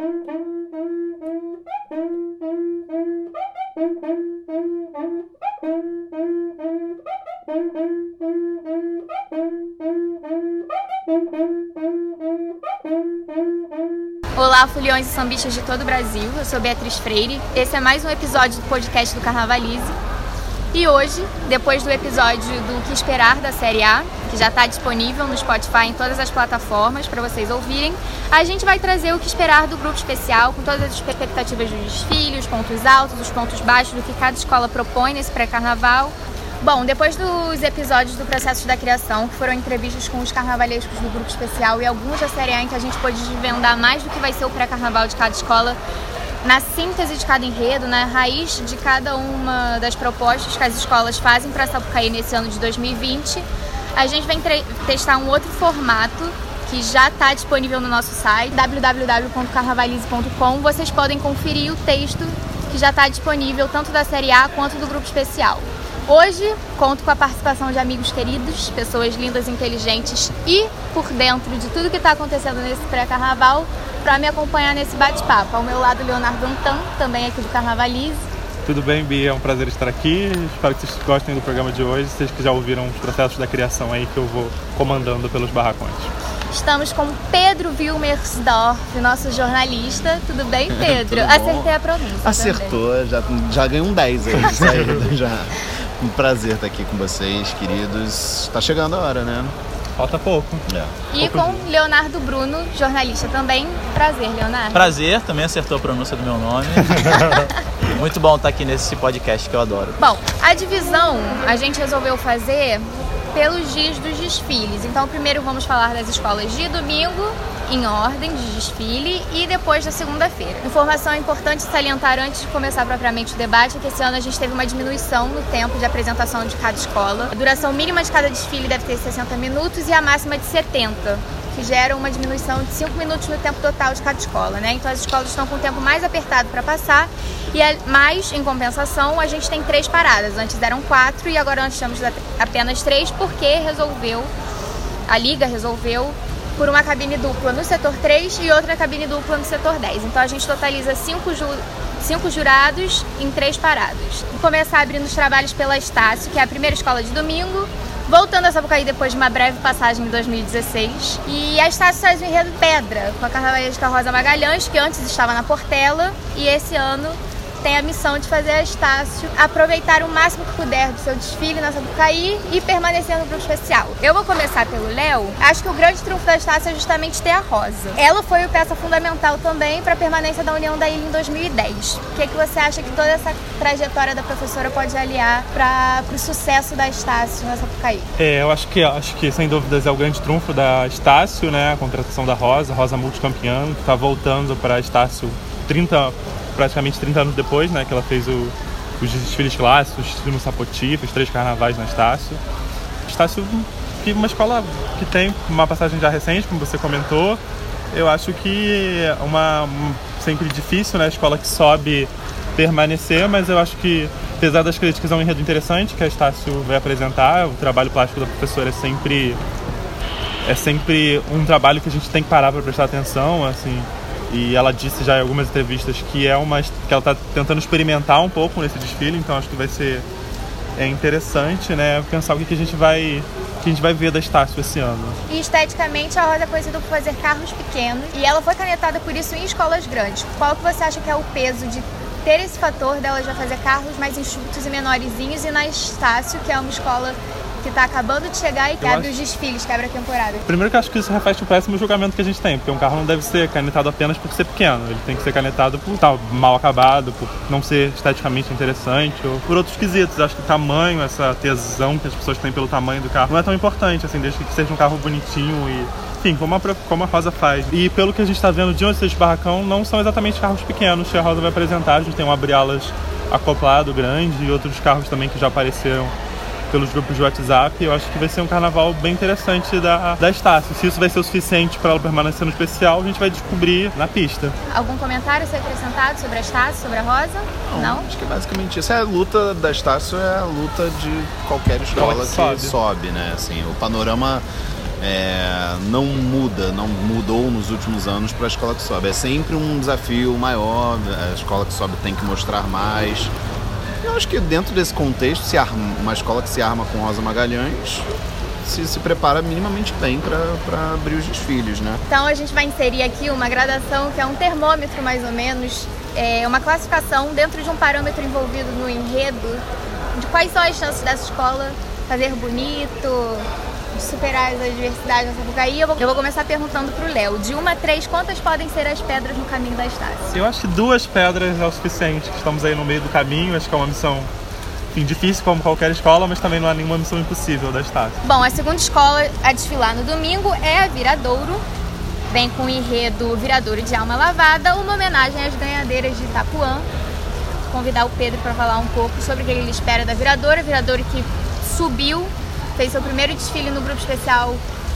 Olá, foliões e sambistas de todo o Brasil, eu sou Beatriz Freire, esse é mais um episódio do podcast do Carnavalize. E hoje, depois do episódio do Que Esperar da Série A, que já está disponível no Spotify em todas as plataformas para vocês ouvirem, a gente vai trazer o Que Esperar do grupo especial, com todas as expectativas do desfile, os pontos altos, os pontos baixos, do que cada escola propõe nesse pré-carnaval. Bom, depois dos episódios do Processo da Criação, que foram entrevistas com os carnavalescos do grupo especial e alguns da Série A em que a gente pôde desvendar mais do que vai ser o pré-carnaval de cada escola, na síntese de cada enredo, na raiz de cada uma das propostas que as escolas fazem para a Sapucaí nesse ano de 2020, a gente vem testar um outro formato que já está disponível no nosso site, www.carnavalize.com. Vocês podem conferir o texto que já está disponível tanto da Série A quanto do grupo especial. Hoje, conto com a participação de amigos queridos, pessoas lindas, inteligentes e por dentro de tudo que está acontecendo nesse pré-carnaval, para me acompanhar nesse bate-papo. Ao meu lado, Leonardo Antan, também aqui do Carnavalize. Tudo bem, Bia? É um prazer estar aqui. Espero que vocês gostem do programa de hoje. Vocês que já ouviram os processos da criação aí que eu vou comandando pelos barracões. Estamos com Pedro Wilmersdorf, nosso jornalista. Tudo bem, Pedro? Acertei a pronúncia. Acertou, já ganhei um 10 aí de saída. Já. Um prazer estar aqui com vocês, queridos. Tá chegando a hora, né? Falta pouco. E com Leonardo Bruno, jornalista também. Prazer, Leonardo. Prazer, também acertou a pronúncia do meu nome. Muito bom estar aqui nesse podcast que eu adoro. Bom, a divisão a gente resolveu fazer pelos dias dos desfiles. Então, primeiro vamos falar das escolas de domingo, em ordem de desfile, e depois da segunda-feira. Informação importante salientar antes de começar propriamente o debate é que esse ano a gente teve uma diminuição no tempo de apresentação de cada escola. A duração mínima de cada desfile deve ter 60 minutos e a máxima de 70, que gera uma diminuição de 5 minutos no tempo total de cada escola, né? Então as escolas estão com o tempo mais apertado para passar, mas em compensação a gente tem 3 paradas. Antes eram 4 e agora nós temos apenas 3 porque a Liga resolveu por uma cabine dupla no setor 3 e outra cabine dupla no setor 10. Então a gente totaliza 5 jurados em 3 paradas. Vou começar abrindo os trabalhos pela Estácio, que é a primeira escola de domingo, voltando a Sapucaí depois de uma breve passagem em 2016. E a Estácio traz o enredo Pedra, com a carnavalesca Rosa Magalhães, que antes estava na Portela, e esse ano tem a missão de fazer a Estácio aproveitar o máximo que puder do seu desfile na Sapucaí e permanecer no grupo especial. Eu vou começar pelo Léo. Acho que o grande trunfo da Estácio é justamente ter a Rosa. Ela foi peça fundamental também para a permanência da União da Ilha em 2010. O que você acha que toda essa trajetória da professora pode aliar para o sucesso da Estácio na Sapucaí? Eu acho que sem dúvidas é o grande trunfo da Estácio, né? A contratação da Rosa multicampeã, que está voltando para a Estácio praticamente 30 anos depois, né, que ela fez os desfiles clássicos, o desfile no Sapoti, os 3 carnavais na Estácio. Estácio, que é uma escola que tem uma passagem já recente, como você comentou. Eu acho que é sempre difícil, né, a escola que sobe permanecer, mas eu acho que, apesar das críticas, é um enredo interessante que a Estácio vai apresentar. O trabalho plástico da professora é sempre um trabalho que a gente tem que parar para prestar atenção, assim. E ela disse já em algumas entrevistas que que ela está tentando experimentar um pouco nesse desfile, então acho que vai ser interessante, né, pensar o que a gente vai ver da Estácio esse ano. E esteticamente a Rosa é conhecida por fazer carros pequenos e ela foi canetada por isso em escolas grandes. Qual que você acha que é o peso de ter esse fator dela já fazer carros mais enxutos e menorzinhos e na Estácio, que é uma escola que está acabando de chegar e que abre os desfiles, que abre a temporada? Primeiro que eu acho que isso reflete o péssimo julgamento que a gente tem, porque um carro não deve ser canetado apenas por ser pequeno, ele tem que ser canetado por estar mal acabado, por não ser esteticamente interessante, ou por outros quesitos. Acho que o tamanho, essa tesão que as pessoas têm pelo tamanho do carro, não é tão importante, assim, desde que seja um carro bonitinho e, enfim, como a Rosa faz. E pelo que a gente está vendo de onde seja barracão, não são exatamente carros pequenos que a Rosa vai apresentar. A gente tem um abre-alas acoplado grande e outros carros também que já apareceram pelos grupos de WhatsApp. Eu acho que vai ser um carnaval bem interessante da Estácio. Se isso vai ser o suficiente para ela permanecer no especial, a gente vai descobrir na pista. Algum comentário a ser acrescentado sobre a Estácio, sobre a Rosa? Não? Acho que é basicamente isso. A luta da Estácio é a luta de qualquer escola que sobe, né? Assim, o panorama não mudou nos últimos anos para a escola que sobe. É sempre um desafio maior, a escola que sobe tem que mostrar mais. Eu acho que dentro desse contexto, uma escola que se arma com Rosa Magalhães se prepara minimamente bem para abrir os desfiles, né? Então a gente vai inserir aqui uma gradação que é um termômetro mais ou menos, uma classificação dentro de um parâmetro envolvido no enredo de quais são as chances dessa escola fazer bonito, de superar as adversidades nessa Sapucaí. Eu vou começar perguntando pro Léo, de 1 a 3, quantas podem ser as pedras no caminho da Estácio? Eu acho que 2 pedras é o suficiente. Estamos aí no meio do caminho, acho que é uma missão, enfim, difícil como qualquer escola, mas também não há nenhuma missão impossível da Estácio. Bom, a segunda escola a desfilar no domingo é a Viradouro. Vem com o enredo Viradouro de Alma Lavada, uma homenagem às ganhadeiras de Itapuã. Vou convidar o Pedro para falar um pouco sobre o que ele espera da Viradouro. A Viradouro que subiu, fez seu primeiro desfile no grupo especial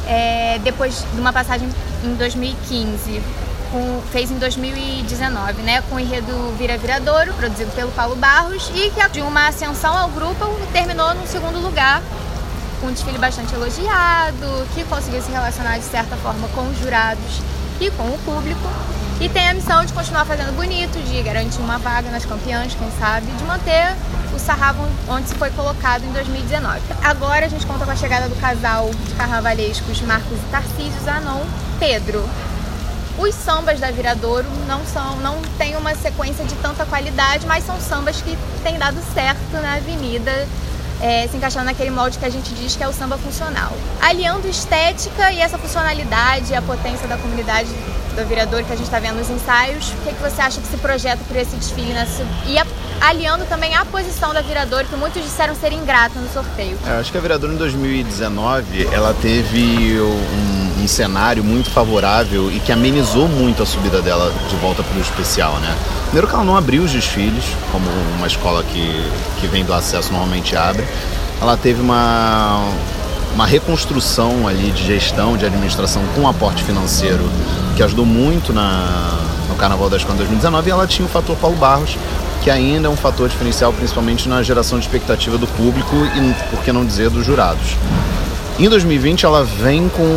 depois de uma passagem em 2015. Fez em 2019, né, com o enredo Viradouro, produzido pelo Paulo Barros, e que de uma ascensão ao grupo terminou no segundo lugar, com um desfile bastante elogiado, que conseguiu se relacionar de certa forma com os jurados e com o público, e tem a missão de continuar fazendo bonito, de garantir uma vaga nas campeãs, quem sabe, de manter o sarrafo onde se foi colocado em 2019. Agora a gente conta com a chegada do casal de carnavalescos Marcos e Tarcísio Zanon. Pedro, os sambas da Viradouro não tem uma sequência de tanta qualidade, mas são sambas que têm dado certo na avenida, se encaixando naquele molde que a gente diz que é o samba funcional. Aliando estética e essa funcionalidade, a potência da comunidade da Viradouro que a gente está vendo nos ensaios, o que você acha que se projeta por esse desfile? E aliando também a posição da Viradouro, que muitos disseram ser ingrata no sorteio. Eu acho que a Viradouro em 2019, ela teve um cenário muito favorável e que amenizou muito a subida dela de volta para o especial, né? Primeiro que ela não abriu os desfiles, como uma escola que vem do acesso normalmente abre. Ela teve uma reconstrução ali de gestão, de administração com aporte financeiro, que ajudou muito no Carnaval da Escola 2019, e ela tinha o fator Paulo Barros, que ainda é um fator diferencial, principalmente na geração de expectativa do público e, por que não dizer, dos jurados. Em 2020 ela vem com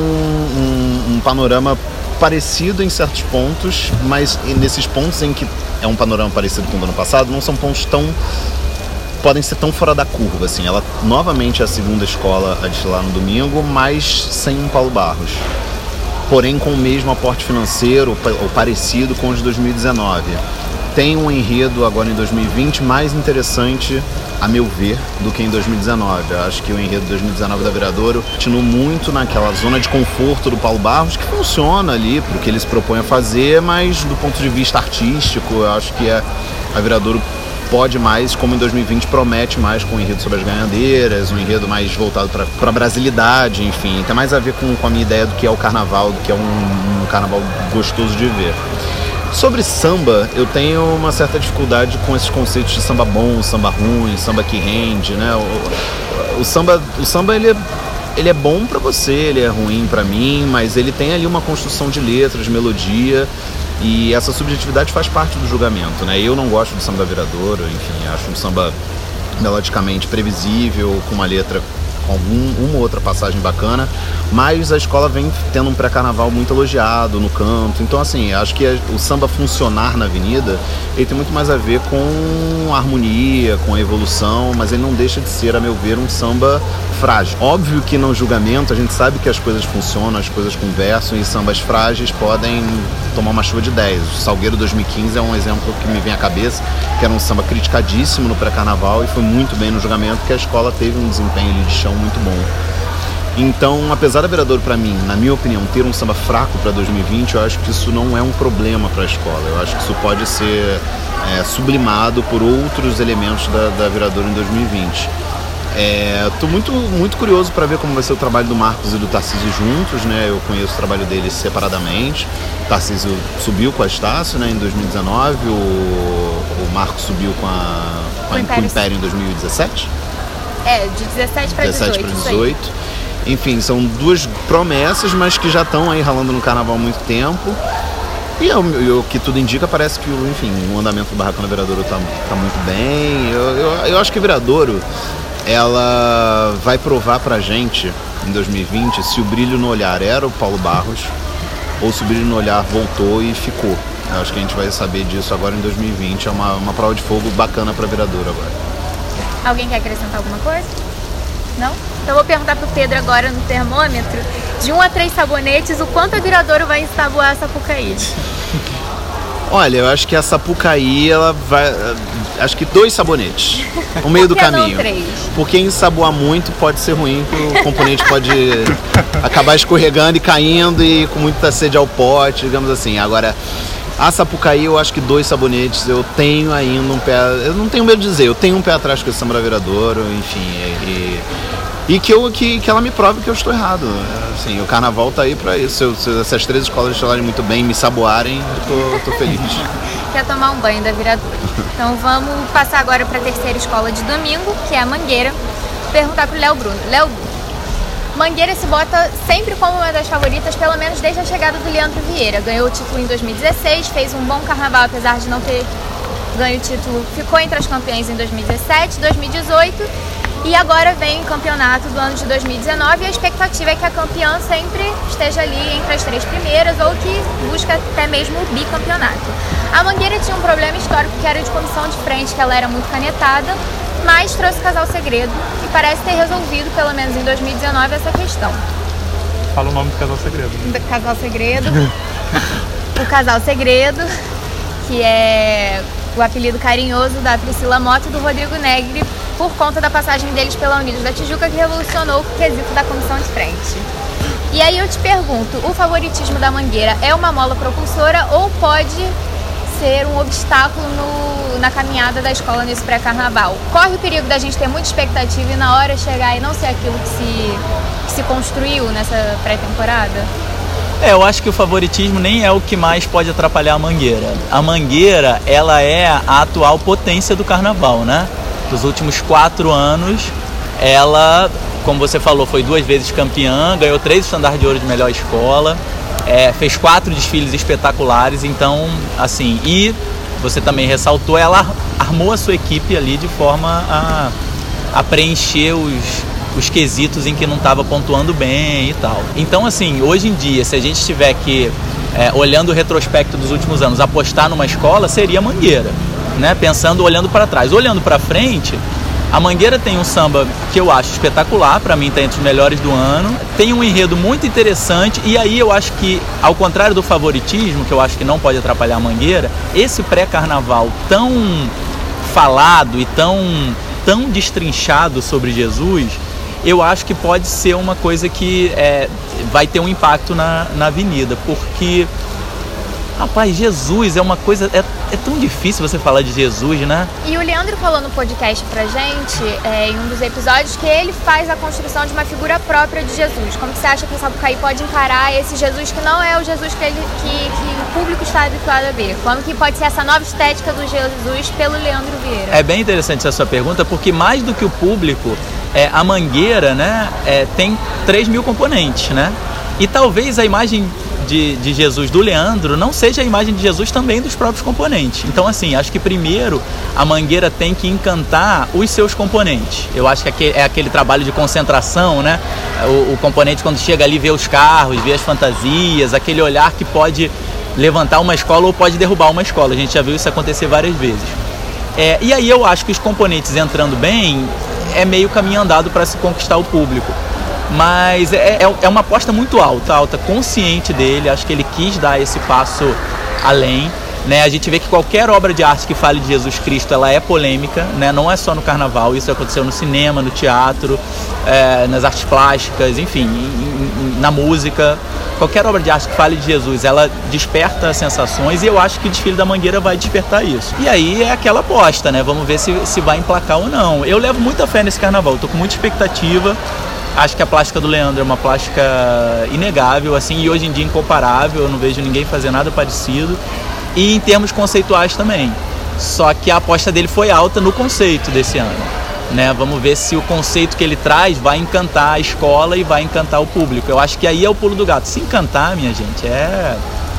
um panorama parecido em certos pontos, mas nesses pontos em que é um panorama parecido com o do ano passado, não são pontos podem ser tão fora da curva, assim. Ela novamente é a segunda escola a desfilar no domingo, mas sem um Paulo Barros, porém com o mesmo aporte financeiro ou parecido com o de 2019. Tem um enredo agora em 2020 mais interessante, a meu ver, do que em 2019. Eu acho que o enredo de 2019 da Viradouro continua muito naquela zona de conforto do Paulo Barros, que funciona ali para o que ele se propõe a fazer, mas do ponto de vista artístico, eu acho que a Viradouro pode mais, como em 2020 promete mais, com o enredo sobre as ganhadeiras, um enredo mais voltado para a brasilidade, enfim, tem mais a ver com a minha ideia do que é o carnaval, do que é um carnaval gostoso de ver. Sobre samba, eu tenho uma certa dificuldade com esses conceitos de samba bom, samba ruim, samba que rende, né? O samba ele é bom pra você, ele é ruim pra mim, mas ele tem ali uma construção de letras, de melodia, e essa subjetividade faz parte do julgamento, né? Eu não gosto do samba da Viradouro, enfim, acho um samba melodicamente previsível, com uma letra com uma outra passagem bacana, mas a escola vem tendo um pré-carnaval muito elogiado no canto, então assim, acho que o samba funcionar na avenida, ele tem muito mais a ver com a harmonia, com a evolução, mas ele não deixa de ser, a meu ver, um samba frágil. Óbvio que no julgamento a gente sabe que as coisas funcionam, as coisas conversam, e sambas frágeis podem tomar uma chuva de 10. O Salgueiro 2015 é um exemplo que me vem à cabeça, que era um samba criticadíssimo no pré-carnaval e foi muito bem no julgamento, porque a escola teve um desempenho ali de chão muito bom. Então, apesar da Viradouro, para mim, na minha opinião, ter um samba fraco para 2020, eu acho que isso não é um problema para a escola. Eu acho que isso pode ser sublimado por outros elementos da Viradouro em 2020. Estou muito curioso para ver como vai ser o trabalho do Marcos e do Tarcísio juntos, né? Eu conheço o trabalho deles separadamente. O Tarcísio subiu com a Estácio, né, em 2019, o Marcos subiu com o Império em 2017. De 17 para 18. Enfim, são duas promessas, mas que já estão aí ralando no carnaval há muito tempo. E o que tudo indica, parece que o andamento do Barracão da Viradouro tá muito bem. Eu acho que a Viradouro ela vai provar pra gente, em 2020, se o brilho no olhar era o Paulo Barros ou se o brilho no olhar voltou e ficou. Eu acho que a gente vai saber disso agora em 2020. É uma prova de fogo bacana pra Viradouro agora. Alguém quer acrescentar alguma coisa? Não? Então eu vou perguntar pro Pedro agora no termômetro, de 1 a 3 sabonetes, o quanto a Viradouro vai ensaboar a Sapucaí? Olha, eu acho que a Sapucaí, ela vai... Acho que 2 sabonetes, no meio do caminho. Não 3? Porque ensaboar muito pode ser ruim, o componente pode acabar escorregando e caindo e com muita sede ao pote, digamos assim. Agora, a Sapucaí, eu acho que 2 sabonetes, eu tenho ainda um pé... Eu não tenho medo de dizer, eu tenho um pé atrás com esse Samba da Viradouro, enfim, e que ela me prove que eu estou errado. Assim, o carnaval tá aí pra isso. Se essas 3 escolas estiverem muito bem, me saboarem, eu tô feliz. Quer tomar um banho da Viradouro. Então vamos passar agora para a terceira escola de domingo, que é a Mangueira. Perguntar pro Léo Bruno. Léo, Mangueira se bota sempre como uma das favoritas, pelo menos desde a chegada do Leandro Vieira. Ganhou o título em 2016, fez um bom carnaval, apesar de não ter ganho o título. Ficou entre as campeãs em 2017, 2018 e agora vem o campeonato do ano de 2019 e a expectativa é que a campeã sempre esteja ali entre as 3 primeiras ou que busca até mesmo o bicampeonato. A Mangueira tinha um problema histórico que era de comissão de frente, que ela era muito canetada, mas trouxe o Casal Segredo e parece ter resolvido, pelo menos em 2019, essa questão. Fala o nome do Casal Segredo. Casal Segredo. O Casal Segredo, que é o apelido carinhoso da Priscila Mota e do Rodrigo Negri, por conta da passagem deles pela Unidos da Tijuca, que revolucionou o quesito da comissão de frente. E aí eu te pergunto, o favoritismo da Mangueira é uma mola propulsora ou pode ser um obstáculo na caminhada da escola nesse pré-carnaval? Corre o perigo da gente ter muita expectativa e na hora chegar e não ser aquilo que se construiu nessa pré-temporada? Eu acho que o favoritismo nem é o que mais pode atrapalhar a Mangueira. A Mangueira, ela é a atual potência do carnaval, né? Dos últimos 4 anos, ela, como você falou, foi 2 vezes campeã, ganhou 3 estandartes de ouro de melhor escola, fez 4 desfiles espetaculares, então, assim, e você também ressaltou, ela armou a sua equipe ali de forma a preencher os quesitos em que não estava pontuando bem e tal. Então, assim, hoje em dia, se a gente tiver que, olhando o retrospecto dos últimos anos, apostar numa escola, seria a Mangueira, né? Pensando, olhando para trás. Olhando para frente, a Mangueira tem um samba que eu acho espetacular, para mim está entre os melhores do ano, tem um enredo muito interessante e aí eu acho que, ao contrário do favoritismo, que eu acho que não pode atrapalhar a Mangueira, esse pré-carnaval tão falado e tão destrinchado sobre Jesus, eu acho que pode ser uma coisa que vai ter um impacto na avenida, porque, rapaz, Jesus é uma coisa... É tão difícil você falar de Jesus, né? E o Leandro falou no podcast pra gente, em um dos episódios, que ele faz a construção de uma figura própria de Jesus. Como que você acha que o Sapucaí pode encarar esse Jesus que não é o Jesus que o público está habituado a ver? Como que pode ser essa nova estética do Jesus pelo Leandro Vieira? É bem interessante essa sua pergunta, porque mais do que o público, a Mangueira, né, tem 3.000 componentes, né? E talvez a imagem de Jesus do Leandro não seja a imagem de Jesus também dos próprios componentes. Então, assim, acho que primeiro a Mangueira tem que encantar os seus componentes. Eu acho que é aquele trabalho de concentração, né? O componente, quando chega ali, vê os carros, vê as fantasias, aquele olhar que pode levantar uma escola ou pode derrubar uma escola. A gente já viu isso acontecer várias vezes. E aí eu acho que os componentes entrando bem é meio caminho andado para se conquistar o público. Mas é uma aposta muito alta, consciente dele. Acho que ele quis dar esse passo além, né? A gente vê que qualquer obra de arte que fale de Jesus Cristo, ela é polêmica, né? Não é só no carnaval, isso aconteceu no cinema, no teatro, nas artes plásticas, enfim, na música. Qualquer obra de arte que fale de Jesus, ela desperta sensações e eu acho que o desfile da Mangueira vai despertar isso. E aí é aquela aposta, né? Vamos ver se vai emplacar ou não. Eu levo muita fé nesse carnaval, estou com muita expectativa. Acho que a plástica do Leandro é uma plástica inegável, assim, e hoje em dia incomparável, eu não vejo ninguém fazer nada parecido. E em termos conceituais também. Só que a aposta dele foi alta no conceito desse ano, né? Vamos ver se o conceito que ele traz vai encantar a escola e vai encantar o público. Eu acho que aí é o pulo do gato. Se encantar, minha gente,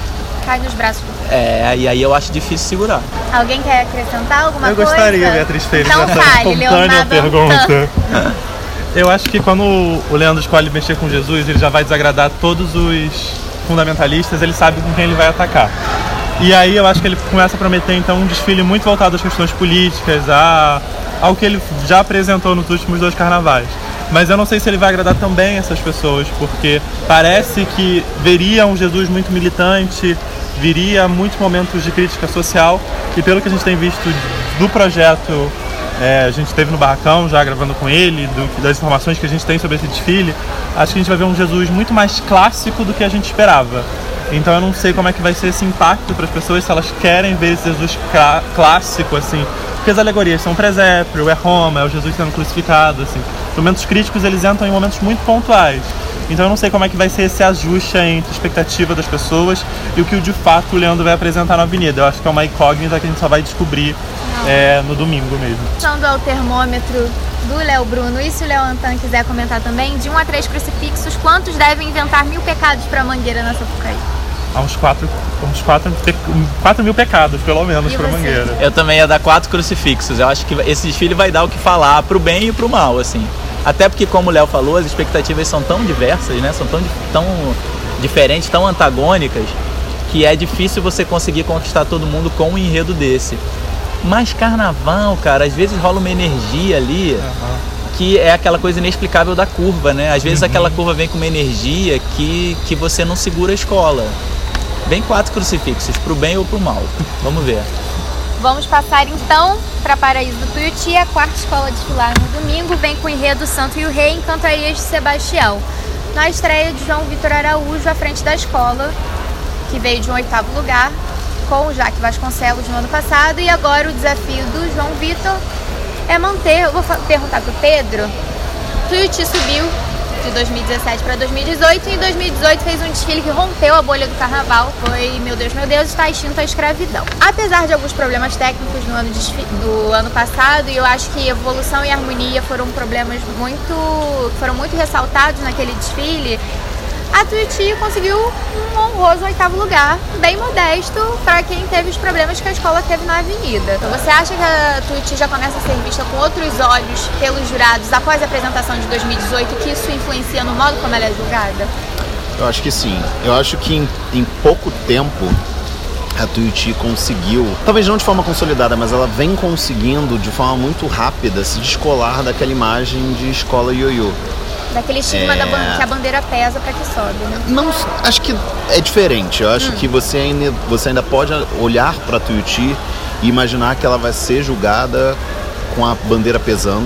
cai nos braços do povo. E aí eu acho difícil segurar. Alguém quer acrescentar alguma coisa? Eu gostaria, Beatriz Feira, então dessa fale, espontânea Leonardo pergunta. Eu acho que quando o Leandro escolhe mexer com Jesus, ele já vai desagradar todos os fundamentalistas, ele sabe com quem ele vai atacar. E aí eu acho que ele começa a prometer então um desfile muito voltado às questões políticas, ao que ele já apresentou nos últimos 2 carnavais. Mas eu não sei se ele vai agradar também essas pessoas, porque parece que veria um Jesus muito militante, viria muitos momentos de crítica social, e pelo que a gente tem visto do projeto, a gente esteve no Barracão já gravando com ele, das informações que a gente tem sobre esse desfile, acho que a gente vai ver um Jesus muito mais clássico do que a gente esperava. Então eu não sei como é que vai ser esse impacto para as pessoas, se elas querem ver esse Jesus clássico, assim, porque as alegorias são presépio, é Roma, é o Jesus sendo crucificado, assim. Os momentos críticos, eles entram em momentos muito pontuais. Então eu não sei como é que vai ser esse ajuste entre a expectativa das pessoas e o que de fato o Leandro vai apresentar na Avenida. Eu acho que é uma incógnita que a gente só vai descobrir no domingo mesmo. Passando ao termômetro do Léo Bruno, e se o Léo Antan quiser comentar também, de 1 a 3 crucifixos, quantos devem inventar 1000 pecados para a Mangueira na Sapucaí? Há uns 4 mil pecados, pelo menos, para a Mangueira. Eu também ia dar 4 crucifixos. Eu acho que esse desfile vai dar o que falar pro bem e pro mal, assim. Até porque, como o Léo falou, as expectativas são tão diversas, né? São tão diferentes, tão antagônicas, que é difícil você conseguir conquistar todo mundo com um enredo desse. Mas carnaval, cara, às vezes rola uma energia ali, que é aquela coisa inexplicável da curva, né? Às vezes aquela curva vem com uma energia que você não segura a escola. Vem 4 crucifixos, pro bem ou pro mal. Vamos ver. Vamos passar então para Paraíso do Tuiuti, a 4ª escola desfilar no domingo, vem com o enredo Santo e o Rei em Cantarias de Sebastião. Na estreia de João Vitor Araújo, à frente da escola, que veio de um 8º lugar, com o Jaque Vasconcelos no ano passado, e agora o desafio do João Vitor é manter, eu vou perguntar pro Pedro, Tuiuti subiu de 2017 para 2018, e em 2018 fez um desfile que rompeu a bolha do carnaval, foi, meu Deus, está extinta a escravidão. Apesar de alguns problemas técnicos do ano passado, e eu acho que evolução e harmonia foram problemas muito ressaltados naquele desfile, a Tuiuti conseguiu um honroso 8º lugar, bem modesto para quem teve os problemas que a escola teve na Avenida. Então, você acha que a Tuiuti já começa a ser vista com outros olhos pelos jurados após a apresentação de 2018, que isso influencia no modo como ela é julgada? Eu acho que sim. Eu acho que em pouco tempo a Tuiuti conseguiu, talvez não de forma consolidada, mas ela vem conseguindo de forma muito rápida se descolar daquela imagem de escola ioiô. Daquele estigma que a bandeira pesa para que sobe, né? Não, acho que é diferente. Eu acho que você ainda pode olhar para a Tuiuti e imaginar que ela vai ser julgada com a bandeira pesando,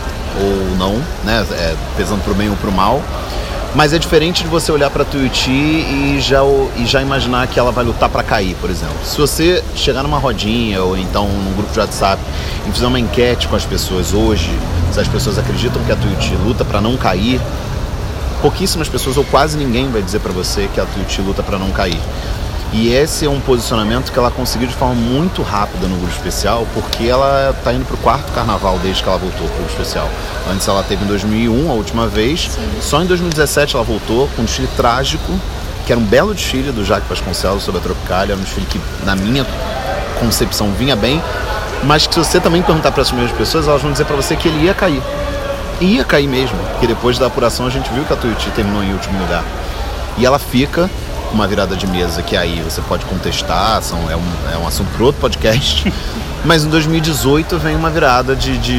ou não, né? Pesando pro bem ou pro mal. Mas é diferente de você olhar para a Tuiuti e já imaginar que ela vai lutar para cair, por exemplo. Se você chegar numa rodinha ou então num grupo de WhatsApp e fizer uma enquete com as pessoas hoje, se as pessoas acreditam que a Tuiuti luta para não cair, pouquíssimas pessoas ou quase ninguém vai dizer para você que a Tuiuti luta para não cair. E esse é um posicionamento que ela conseguiu de forma muito rápida no grupo especial, porque ela está indo para o 4º carnaval desde que ela voltou para o grupo especial. Antes ela teve em 2001, a última vez. Sim. Só em 2017 ela voltou com um desfile trágico, que era um belo desfile do Jaque Vasconcelos sobre a Tropicália. Era um desfile que, na minha concepção, vinha bem, mas que se você também perguntar para as mesmas pessoas, elas vão dizer para você que ele ia cair. Ia cair mesmo, porque depois da apuração a gente viu que a Tuiuti terminou em último lugar. E ela fica uma virada de mesa que aí você pode contestar, é um assunto para outro podcast, mas em 2018 vem uma virada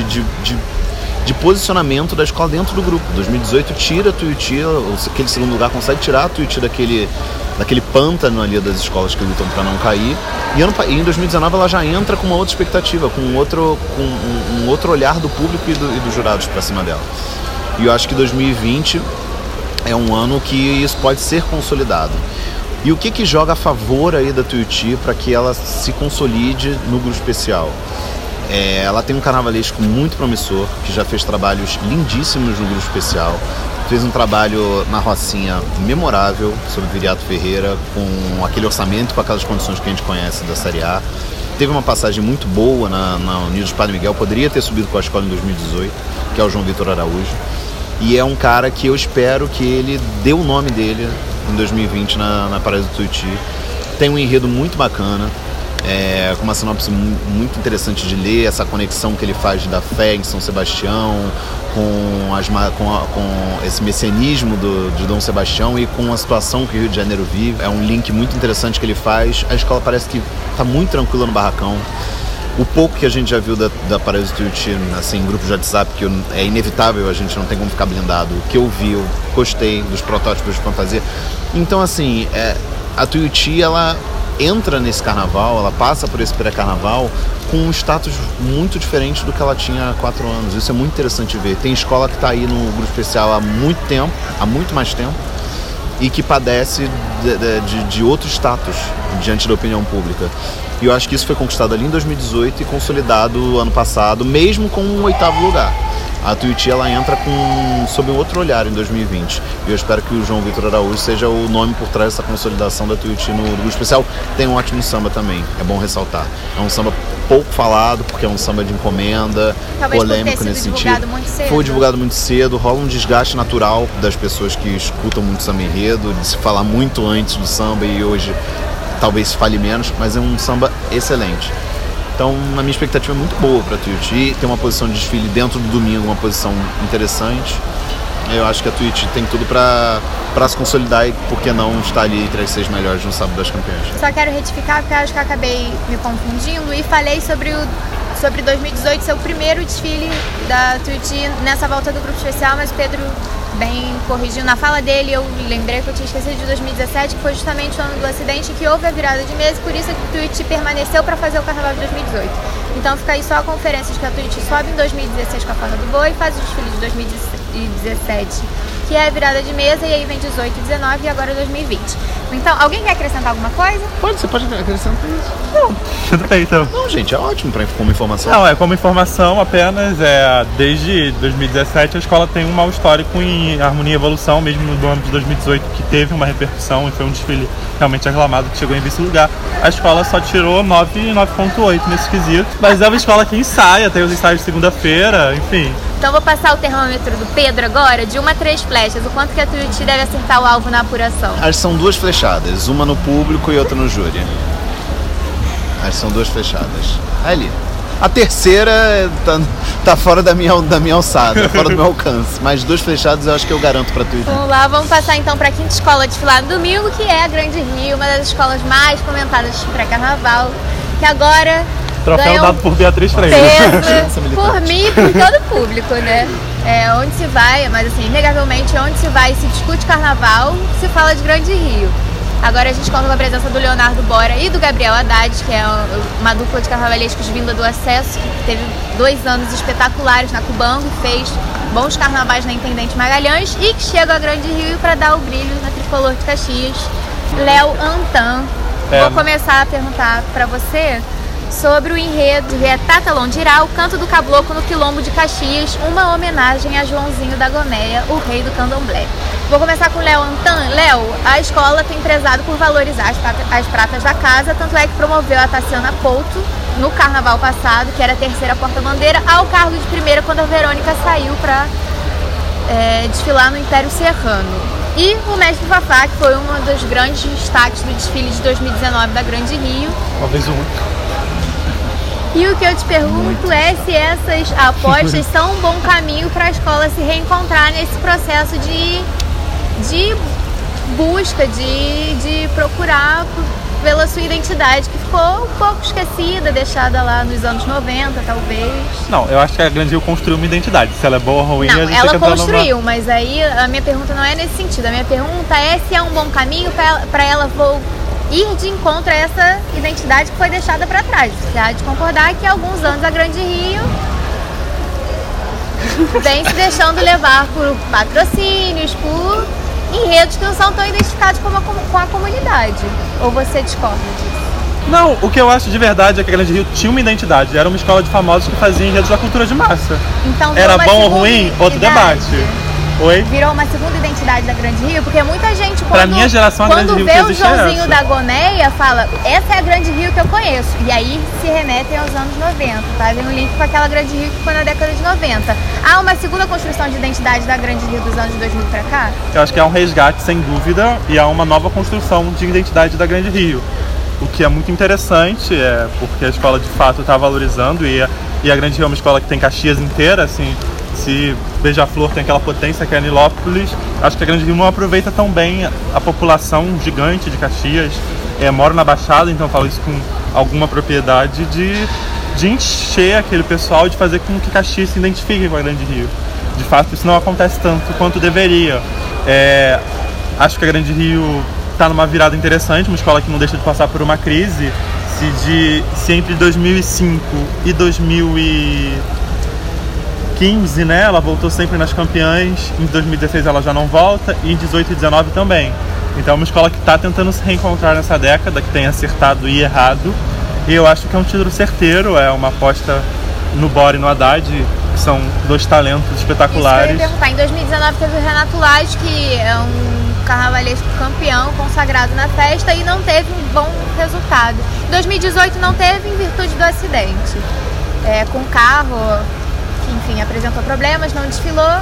de posicionamento da escola dentro do grupo. 2018 tira a Tuiuti, aquele segundo lugar consegue tirar a Tuiuti daquele pântano ali das escolas que lutam para não cair, e em 2019 ela já entra com uma outra expectativa, com um outro olhar do público e dos jurados para cima dela. E eu acho que 2020 é um ano que isso pode ser consolidado. E o que joga a favor aí da Tuiuti para que ela se consolide no grupo especial? Ela tem um carnavalesco muito promissor, que já fez trabalhos lindíssimos no grupo especial. Fez um trabalho na Rocinha memorável sobre Viriato Ferreira, com aquele orçamento, com aquelas condições que a gente conhece da Série A. Teve uma passagem muito boa na Unidos Padre Miguel, poderia ter subido com a escola em 2018, que é o João Vitor Araújo. E é um cara que eu espero que ele dê o nome dele em 2020 na Paraíso do Tuiuti. Tem um enredo muito bacana, com uma sinopse muito interessante de ler, essa conexão que ele faz da fé em São Sebastião, com esse messianismo de Dom Sebastião e com a situação que o Rio de Janeiro vive. É um link muito interessante que ele faz. A escola parece que está muito tranquila no barracão. O pouco que a gente já viu da Paraíso Tuiuti, assim, em grupos de WhatsApp, que é inevitável, a gente não tem como ficar blindado. O que eu vi, eu gostei dos protótipos de fantasia. Então, assim, a Tuiuti, ela entra nesse carnaval, ela passa por esse pré-carnaval com um status muito diferente do que ela tinha há 4 anos. Isso é muito interessante ver. Tem escola que está aí no grupo especial há muito tempo, há muito mais tempo, e que padece de outro status diante da opinião pública. E eu acho que isso foi conquistado ali em 2018 e consolidado ano passado, mesmo com um 8º lugar. A Tuiuti, ela entra sob um outro olhar em 2020. E eu espero que o João Vitor Araújo seja o nome por trás dessa consolidação da Tuiuti no grupo especial. Tem um ótimo samba também, é bom ressaltar. É um samba pouco falado, porque é um samba de encomenda, talvez polêmico nesse sentido. Foi divulgado muito cedo, rola um desgaste natural das pessoas que escutam muito samba enredo, de se falar muito antes do samba e hoje talvez se fale menos, mas é um samba excelente. Então, a minha expectativa é muito boa para a Tuiuti. Tem uma posição de desfile dentro do domingo, uma posição interessante. Eu acho que a Tuiuti tem tudo para se consolidar e, por que não, estar ali entre as 6 melhores no Sábado das Campeãs. Só quero retificar, porque acho que acabei me confundindo e falei sobre 2018 ser o primeiro desfile da Tuiuti nessa volta do grupo especial, mas o Pedro bem corrigiu na fala dele. Eu lembrei que eu tinha esquecido de 2017, que foi justamente o ano do acidente que houve a virada de mesa, e por isso a Tuiuti permaneceu para fazer o carnaval de 2018. Então fica aí só a conferência de que a Tuiuti sobe em 2016 com a Forra do Boi, faz o desfile de 2017, que é a virada de mesa, e aí vem 18, 19 e agora 2020. Então, alguém quer acrescentar alguma coisa? Você pode acrescentar isso. Não, tudo bem então. Não, gente, é ótimo como informação. Não, como informação apenas, desde 2017 a escola tem um mau histórico em harmonia e evolução, mesmo no ano de 2018, que teve uma repercussão e foi um desfile realmente aclamado, que chegou em vice-lugar. A escola só tirou 9,8 nesse quesito, mas é uma escola que ensaia, tem os ensaios de segunda-feira, enfim. Então vou passar o termômetro do Pedro agora, de 1 a 3 flechas. O quanto que a Tuiuti deve acertar o alvo na apuração? Acho que são 2 flechadas, uma no público e outra no júri. Acho que são 2 flechadas. Ali. A terceira tá fora da minha alçada, fora do meu alcance. Mas 2 flechadas eu acho que eu garanto pra Tuiuti. Vamos lá, vamos passar então pra 5ª escola desfilar no domingo, que é a Grande Rio, uma das escolas mais comentadas pré-carnaval, que agora troféu dado por Beatriz Freire. Por mim e por todo o público, né? Onde se vai, mas assim, inegavelmente, onde se vai e se discute carnaval, se fala de Grande Rio. Agora a gente conta com a presença do Leonardo Bora e do Gabriel Haddad, que é uma dupla de carnavalescos vinda do Acesso, que teve 2 anos espetaculares na Cubango e fez bons carnavais na Intendente Magalhães, e que chega a Grande Rio para dar o brilho na Tricolor de Caxias, Léo Antan. Vou começar a perguntar para você sobre o enredo de Tata Londirá, o canto do caboclo no Quilombo de Caxias, uma homenagem a Joãozinho da Gomeia, o rei do candomblé. Vou começar com o Léo Antan. Léo, a escola tem prezado por valorizar as pratas da casa, tanto é que promoveu a Tassiana Couto no carnaval passado, que era a 3ª porta-bandeira, ao cargo de primeira quando a Verônica saiu para desfilar no Império Serrano. E o Mestre Fafá, que foi um dos grandes destaques do desfile de 2019 da Grande Rio. Talvez o único. E o que eu te pergunto é se essas apostas são um bom caminho para a escola se reencontrar nesse processo de busca, de procurar pela sua identidade, que ficou um pouco esquecida, deixada lá nos anos 90, talvez. Não, eu acho que a Grande Rio construiu uma identidade. Se ela é boa ou ruim, não, a gente ela tem que construiu, mas aí a minha pergunta não é nesse sentido. A minha pergunta é se é um bom caminho para ela ir de encontro a essa identidade que foi deixada para trás. Você há de concordar que há alguns anos a Grande Rio vem se deixando levar por patrocínios, por enredos que não são tão identificados com a comunidade. Ou você discorda disso? Não, o que eu acho de verdade é que a Grande Rio tinha uma identidade. Era uma escola de famosos que fazia enredos da cultura de massa. Então, era bom ou ruim? Outro debate. Oi? Virou uma segunda identidade da Grande Rio, porque muita gente, pra minha geração, quando vê o Joãozinho da Gomeia, fala, essa é a Grande Rio que eu conheço. E aí se remetem aos anos 90, tá? Vem um link com aquela Grande Rio que foi na década de 90. Há uma segunda construção de identidade da Grande Rio dos anos 2000 para cá? Eu acho que é um resgate, sem dúvida, e há uma nova construção de identidade da Grande Rio. O que é muito interessante, porque a escola de fato está valorizando, e a Grande Rio é uma escola que tem Caxias inteira, assim, se Beija-Flor tem aquela potência que é Nilópolis, acho que a Grande Rio não aproveita tão bem a população gigante de Caxias. Moro na Baixada, então falo isso com alguma propriedade, de encher aquele pessoal, de fazer com que Caxias se identifique com a Grande Rio. De fato, isso não acontece tanto quanto deveria. Acho que a Grande Rio está numa virada interessante, uma escola que não deixa de passar por uma crise. Se entre 2005 e 2015, né, ela voltou sempre nas campeãs, em 2016 ela já não volta, e em 18 e 19 também. Então é uma escola que está tentando se reencontrar nessa década, que tem acertado e errado. E eu acho que é um título certeiro, é uma aposta no Bora e no Haddad, que são dois talentos espetaculares. Isso que eu ia perguntar. Em 2019 teve o Renato Lage, que é um carnavalesco campeão, consagrado na festa, e não teve um bom resultado. Em 2018 não teve, em virtude do acidente. Com o carro, que enfim, apresentou problemas, não desfilou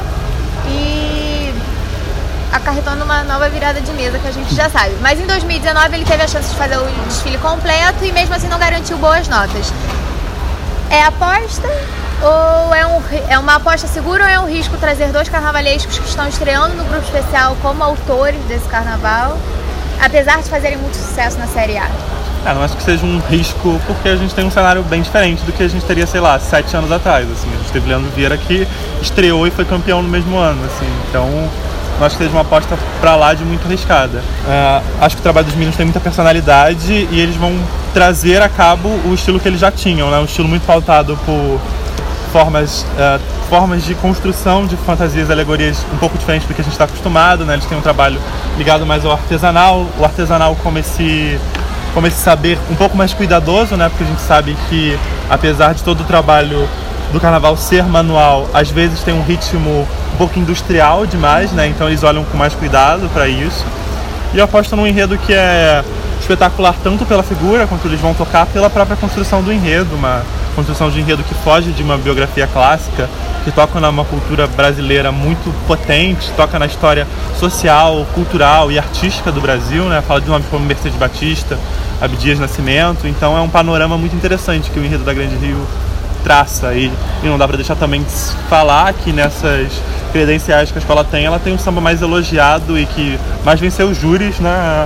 e acarretando uma nova virada de mesa, que a gente já sabe. Mas em 2019 ele teve a chance de fazer o desfile completo e mesmo assim não garantiu boas notas. É aposta ou é uma aposta segura, ou é um risco trazer dois carnavalescos que estão estreando no grupo especial como autores desse carnaval, apesar de fazerem muito sucesso na Série A? Não acho que seja um risco, porque a gente tem um cenário bem diferente do que a gente teria, sei lá, 7 anos atrás. Assim. A gente teve Leandro Vieira que estreou e foi campeão no mesmo ano. Assim. Então, não acho que seja uma aposta pra lá de muito arriscada. Acho que o trabalho dos meninos tem muita personalidade e eles vão trazer a cabo o estilo que eles já tinham, né? Um estilo muito pautado por formas de construção de fantasias e alegorias um pouco diferentes do que a gente está acostumado, né? Eles têm um trabalho ligado mais ao artesanal, o artesanal como esse saber um pouco mais cuidadoso, né? Porque a gente sabe que, apesar de todo o trabalho do carnaval ser manual, às vezes tem um ritmo um pouco industrial demais, né? Então eles olham com mais cuidado para isso. E eu aposto num enredo que é espetacular tanto pela figura, quanto eles vão tocar pela própria construção do enredo, uma construção de enredo que foge de uma biografia clássica, que toca numa cultura brasileira muito potente, toca na história social, cultural e artística do Brasil, né? Fala de nomes como Mercedes Batista, Abdias Nascimento, então é um panorama muito interessante que o enredo da Grande Rio traça, e não dá para deixar também de falar que nessas credenciais que a escola tem, ela tem um samba mais elogiado e que mais venceu os júris, né?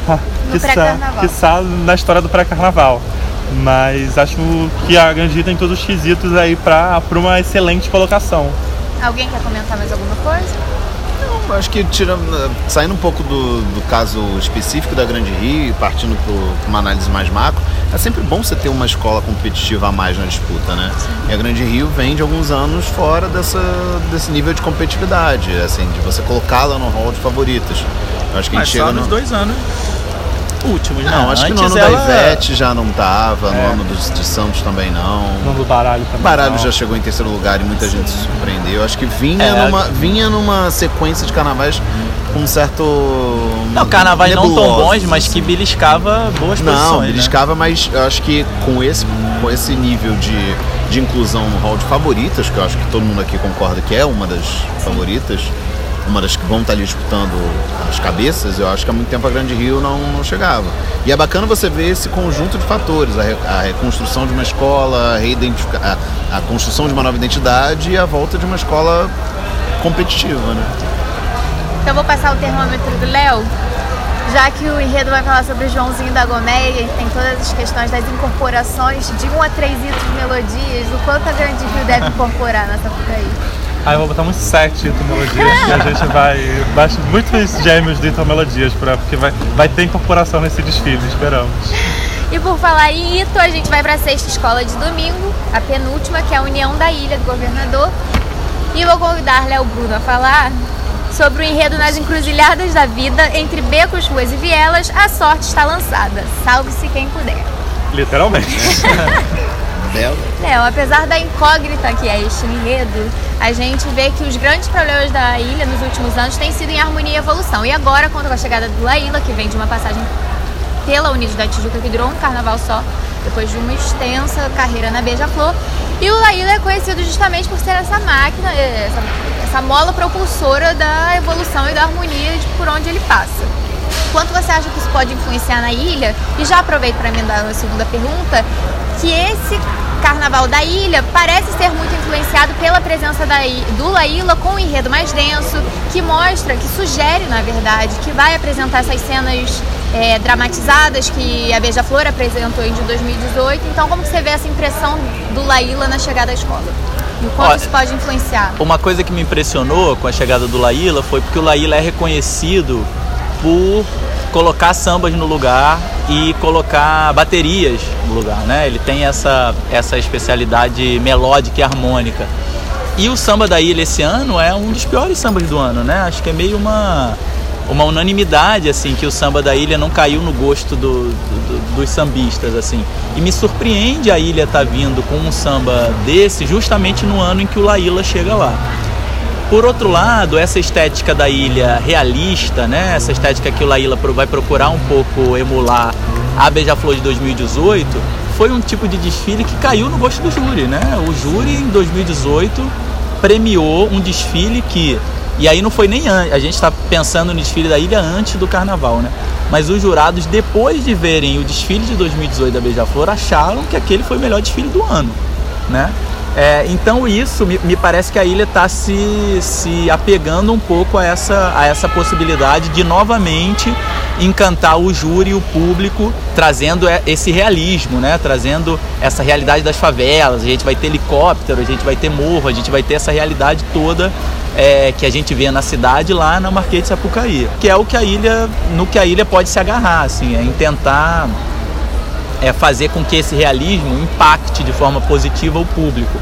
Quiçá na história do pré-carnaval. Mas acho que a Grande Rio tem todos os quesitos aí para uma excelente colocação. Alguém quer comentar mais alguma coisa? Não, acho que saindo um pouco do caso específico da Grande Rio e partindo para uma análise mais macro, é sempre bom você ter uma escola competitiva a mais na disputa, né? Sim. E a Grande Rio vem de alguns anos fora desse nível de competitividade, assim, de você colocá-la no hall de favoritas. Eu acho que a gente chega nos 2 anos últimos, né? Não, acho que no ano da Ivete já não tava, no ano de Santos também não. No ano do Baralho também. Baralho já chegou em terceiro lugar e muita gente se surpreendeu. Acho que vinha numa sequência de carnavais com um certo... Não, carnavais não tão bons, mas que beliscava boas posições. Não, beliscava, né? Mas eu acho que com esse nível de inclusão no hall de favoritas, que eu acho que todo mundo aqui concorda que é uma das favoritas, uma das que vão estar ali disputando as cabeças, eu acho que há muito tempo a Grande Rio não chegava. E é bacana você ver esse conjunto de fatores, a reconstrução de uma escola, a construção de uma nova identidade e a volta de uma escola competitiva, né? Então eu vou passar o termômetro do Léo, já que o enredo vai falar sobre o Joãozinho da Gomeia, tem todas as questões das incorporações de 1 a 3 hitos de melodias, o quanto a Grande Rio deve incorporar nessa por aí. Eu vou botar uns 7 Ito-melodias e a gente vai muitos gêmeos de Ito-melodias, porque vai ter incorporação nesse desfile, esperamos. E por falar em Ito, a gente vai para a 6ª escola de domingo, a penúltima, que é a União da Ilha do Governador. E vou convidar Léo Bruno a falar sobre o enredo nas encruzilhadas da vida, entre becos, ruas e vielas, a sorte está lançada. Salve-se quem puder. Literalmente. Léo, apesar da incógnita que é este enredo, a gente vê que os grandes problemas da ilha nos últimos anos têm sido em harmonia e evolução. E agora, com a chegada do Laíla, que vem de uma passagem pela Unidos da Tijuca, que durou um carnaval só, depois de uma extensa carreira na Beija-Flor. E o Laíla é conhecido justamente por ser essa máquina, essa mola propulsora da evolução e da harmonia por onde ele passa. Quanto você acha que isso pode influenciar na ilha? E já aproveito para emendar a segunda pergunta, que esse carnaval da ilha parece ser muito influenciado pela presença do Laíla com um enredo mais denso, que mostra, que sugere, na verdade, que vai apresentar essas cenas dramatizadas que a Beija-Flor apresentou em 2018. Então, como que você vê essa impressão do Laíla na chegada à escola? E o quanto isso pode influenciar? Uma coisa que me impressionou com a chegada do Laíla foi porque o Laíla é reconhecido por colocar sambas no lugar e colocar baterias no lugar, né? Ele tem essa especialidade melódica e harmônica. E o samba da ilha esse ano é um dos piores sambas do ano, né? Acho que é meio uma unanimidade, assim, que o samba da ilha não caiu no gosto dos sambistas, assim. E me surpreende a ilha estar vindo com um samba desse justamente no ano em que o Laíla chega lá. Por outro lado, essa estética da ilha realista, né? Essa estética que o Laíla vai procurar um pouco emular a Beija-Flor de 2018, foi um tipo de desfile que caiu no gosto do júri, né? O júri em 2018 premiou um desfile que... E aí não foi nem antes, a gente está pensando no desfile da ilha antes do carnaval, né? Mas os jurados, depois de verem o desfile de 2018 da Beija-Flor, acharam que aquele foi o melhor desfile do ano, né? Então isso me parece que a ilha está se apegando um pouco a essa possibilidade de novamente encantar o júri e o público, trazendo esse realismo, né? Trazendo essa realidade das favelas. A gente vai ter helicóptero, a gente vai ter morro, a gente vai ter essa realidade toda que a gente vê na cidade lá na Marquês de Sapucaí, que é no que a ilha pode se agarrar, assim, em tentar fazer com que esse realismo impacte de forma positiva o público.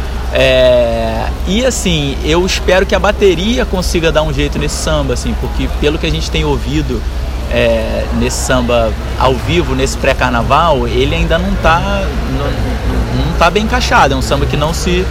E assim, eu espero que a bateria consiga dar um jeito nesse samba, assim, porque pelo que a gente tem ouvido nesse samba ao vivo, nesse pré-carnaval, ele ainda não tá bem encaixado, é um samba que não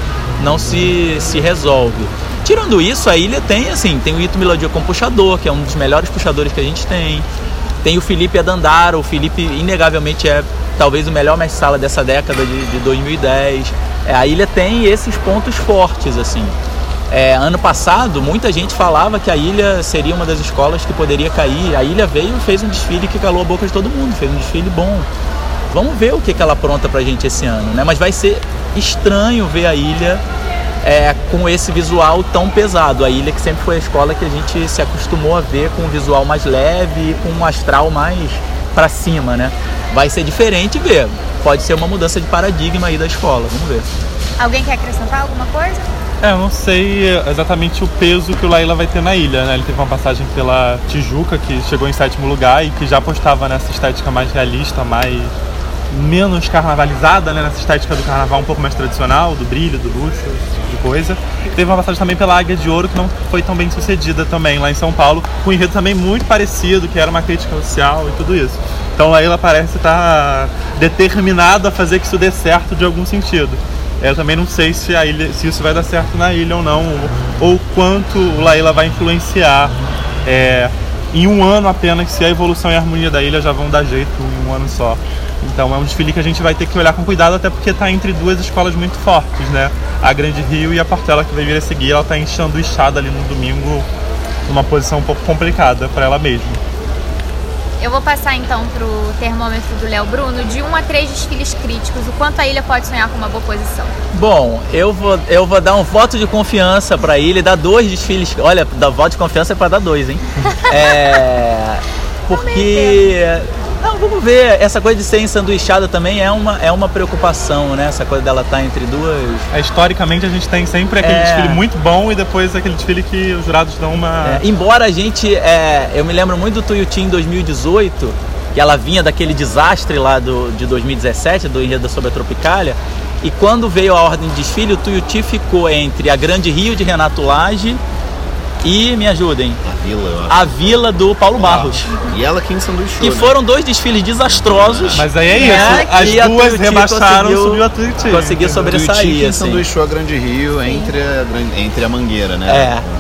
se resolve. Tirando isso, a ilha tem o Ito Melodia como puxador, que é um dos melhores puxadores que a gente tem. Tem o Felipe Adandara. O Felipe, inegavelmente, é talvez o melhor mestre-sala dessa década de 2010. A ilha tem esses pontos fortes, assim. Ano passado, muita gente falava que a ilha seria uma das escolas que poderia cair. A ilha veio e fez um desfile que calou a boca de todo mundo, fez um desfile bom. Vamos ver o que ela apronta pra gente esse ano, né? Mas vai ser estranho ver a ilha com esse visual tão pesado. A ilha que sempre foi a escola que a gente se acostumou a ver com um visual mais leve e com um astral mais pra cima, né? Vai ser diferente ver. Pode ser uma mudança de paradigma aí da escola, vamos ver. Alguém quer acrescentar alguma coisa? Eu não sei exatamente o peso que o Laíla vai ter na ilha, né? Ele teve uma passagem pela Tijuca, que chegou em 7º lugar e que já apostava nessa estética mais realista, menos carnavalizada, né? Nessa estética do carnaval um pouco mais tradicional, do brilho, do luxo, esse tipo de coisa. Teve uma passagem também pela Águia de Ouro, que não foi tão bem sucedida também lá em São Paulo, com um enredo também muito parecido, que era uma crítica social e tudo isso. Então Laíla parece estar determinado a fazer que isso dê certo de algum sentido. Eu também não sei se isso vai dar certo na ilha ou não, ou quanto o Laíla vai influenciar em um ano apenas, se a evolução e a harmonia da ilha já vão dar jeito em um ano só. Então é um desfile que a gente vai ter que olhar com cuidado, até porque está entre duas escolas muito fortes, né? A Grande Rio e a Portela, que vai vir a seguir, ela está enxanduichada ali no domingo, numa posição um pouco complicada para ela mesma. Eu vou passar então para o termômetro do Léo Bruno, de 1 a 3 desfiles críticos, o quanto a ilha pode sonhar com uma boa posição. Bom, eu vou dar um voto de confiança para a ilha e dar 2 desfiles. Olha, dar voto de confiança é para dar 2, hein? Porque... Não, vamos ver. Essa coisa de ser ensanduichada também é uma preocupação, né? Essa coisa dela estar entre duas... Historicamente, a gente tem sempre aquele desfile muito bom e depois aquele desfile que os jurados dão uma... Embora a gente... eu me lembro muito do Tuiuti em 2018, que ela vinha daquele desastre lá de 2017, do enredo sobre a Tropicália, e quando veio a ordem de desfile, o Tuiuti ficou entre a Grande Rio de Renato Lage e, me ajudem, a Vila do Paulo Barros. E ela que ensanduichou. Que foram 2 desfiles desastrosos. Mas aí é isso, as duas rebaixaram, subiu a Tuiuti. Conseguiu sobressair. O Tuiuti ensanduichou a Grande Rio entre a Mangueira, né?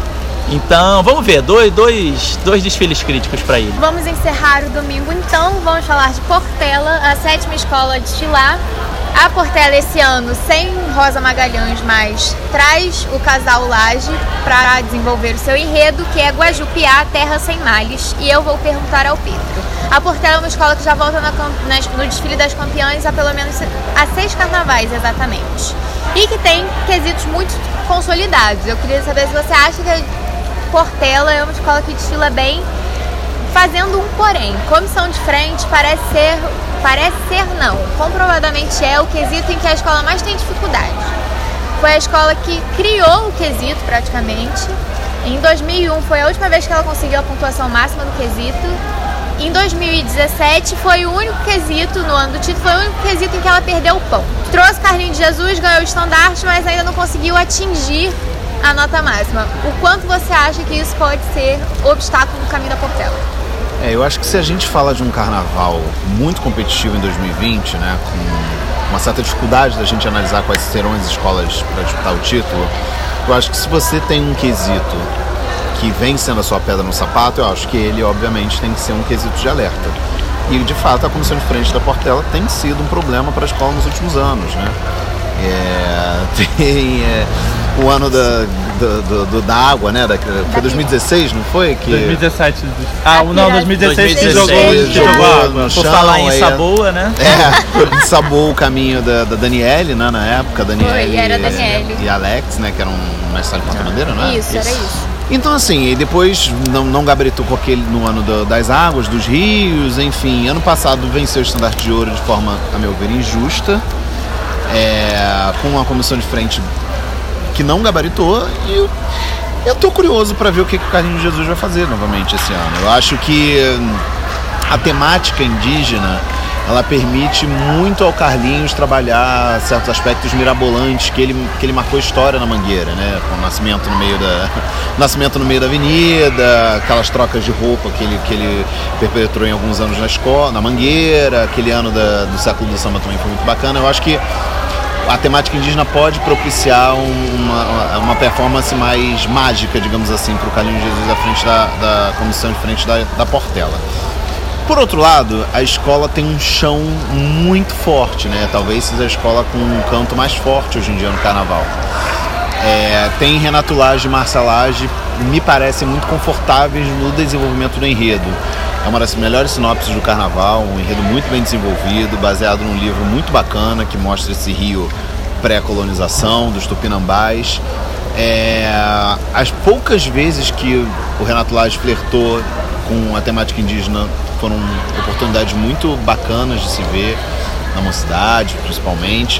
Então, vamos ver, dois desfiles críticos para ele. Vamos encerrar o domingo, então. Vamos falar de Portela, a 7ª escola a desfilar. A Portela esse ano, sem Rosa Magalhães, mas traz o casal Laje para desenvolver o seu enredo, que é Guajupiá, Terra Sem Males. E eu vou perguntar ao Pedro. A Portela é uma escola que já volta no desfile das campeãs há pelo menos 6 carnavais, exatamente. E que tem quesitos muito consolidados. Eu queria saber se você acha que a Portela é uma escola que desfila bem, fazendo um porém. Comissão de frente parece ser não, comprovadamente é o quesito em que a escola mais tem dificuldade. Foi a escola que criou o quesito praticamente. Em 2001 foi a última vez que ela conseguiu a pontuação máxima do quesito. Em 2017 foi o único quesito, no ano do título, foi o único quesito em que ela perdeu o pão. Trouxe Carlinho de Jesus, ganhou o estandarte, mas ainda não conseguiu atingir a nota máxima. O quanto você acha que isso pode ser obstáculo no caminho da Portela? Eu acho que se a gente fala de um carnaval muito competitivo em 2020, né, com uma certa dificuldade da gente analisar quais serão as escolas para disputar o título, eu acho que se você tem um quesito que vem sendo a sua pedra no sapato, eu acho que ele, obviamente, tem que ser um quesito de alerta. E, de fato, a comissão de frente da Portela tem sido um problema para a escola nos últimos anos, né? O ano da água, né? Foi 2016, não foi? 2017. Não, 2016 que jogou água. Por falar em Saboa, né? Ensabou o caminho da Daniele, né? Na época, Daniele era Daniele e Alex, né? Que eram mestre de porta-bandeira, né? Isso, era isso. Então, assim, e depois não gabaritou com aquele no ano das águas, dos rios, enfim. Ano passado venceu o estandarte de ouro de forma, a meu ver, injusta, com uma comissão de frente que não gabaritou. E eu tô curioso para ver o que o Carlinho de Jesus vai fazer novamente esse ano. Eu acho que a temática indígena, ela permite muito ao Carlinhos trabalhar certos aspectos mirabolantes que ele marcou história na Mangueira, né? Com o nascimento no meio da avenida, aquelas trocas de roupa que ele perpetrou em alguns anos na escola, na Mangueira, aquele ano do século do samba também foi muito bacana. Eu acho que a temática indígena pode propiciar uma performance mais mágica, digamos assim, para o Carlinhos Jesus à frente da comissão de frente da Portela. Por outro lado, a escola tem um chão muito forte, né? Talvez seja a escola com um canto mais forte hoje em dia no carnaval. Tem Renato Laje e Márcia Laje, me parecem muito confortáveis no desenvolvimento do enredo. É uma das melhores sinopses do carnaval, um enredo muito bem desenvolvido, baseado num livro muito bacana que mostra esse Rio pré-colonização, dos Tupinambás. As poucas vezes que o Renato Laje flertou com a temática indígena foram oportunidades muito bacanas de se ver na mocidade, principalmente.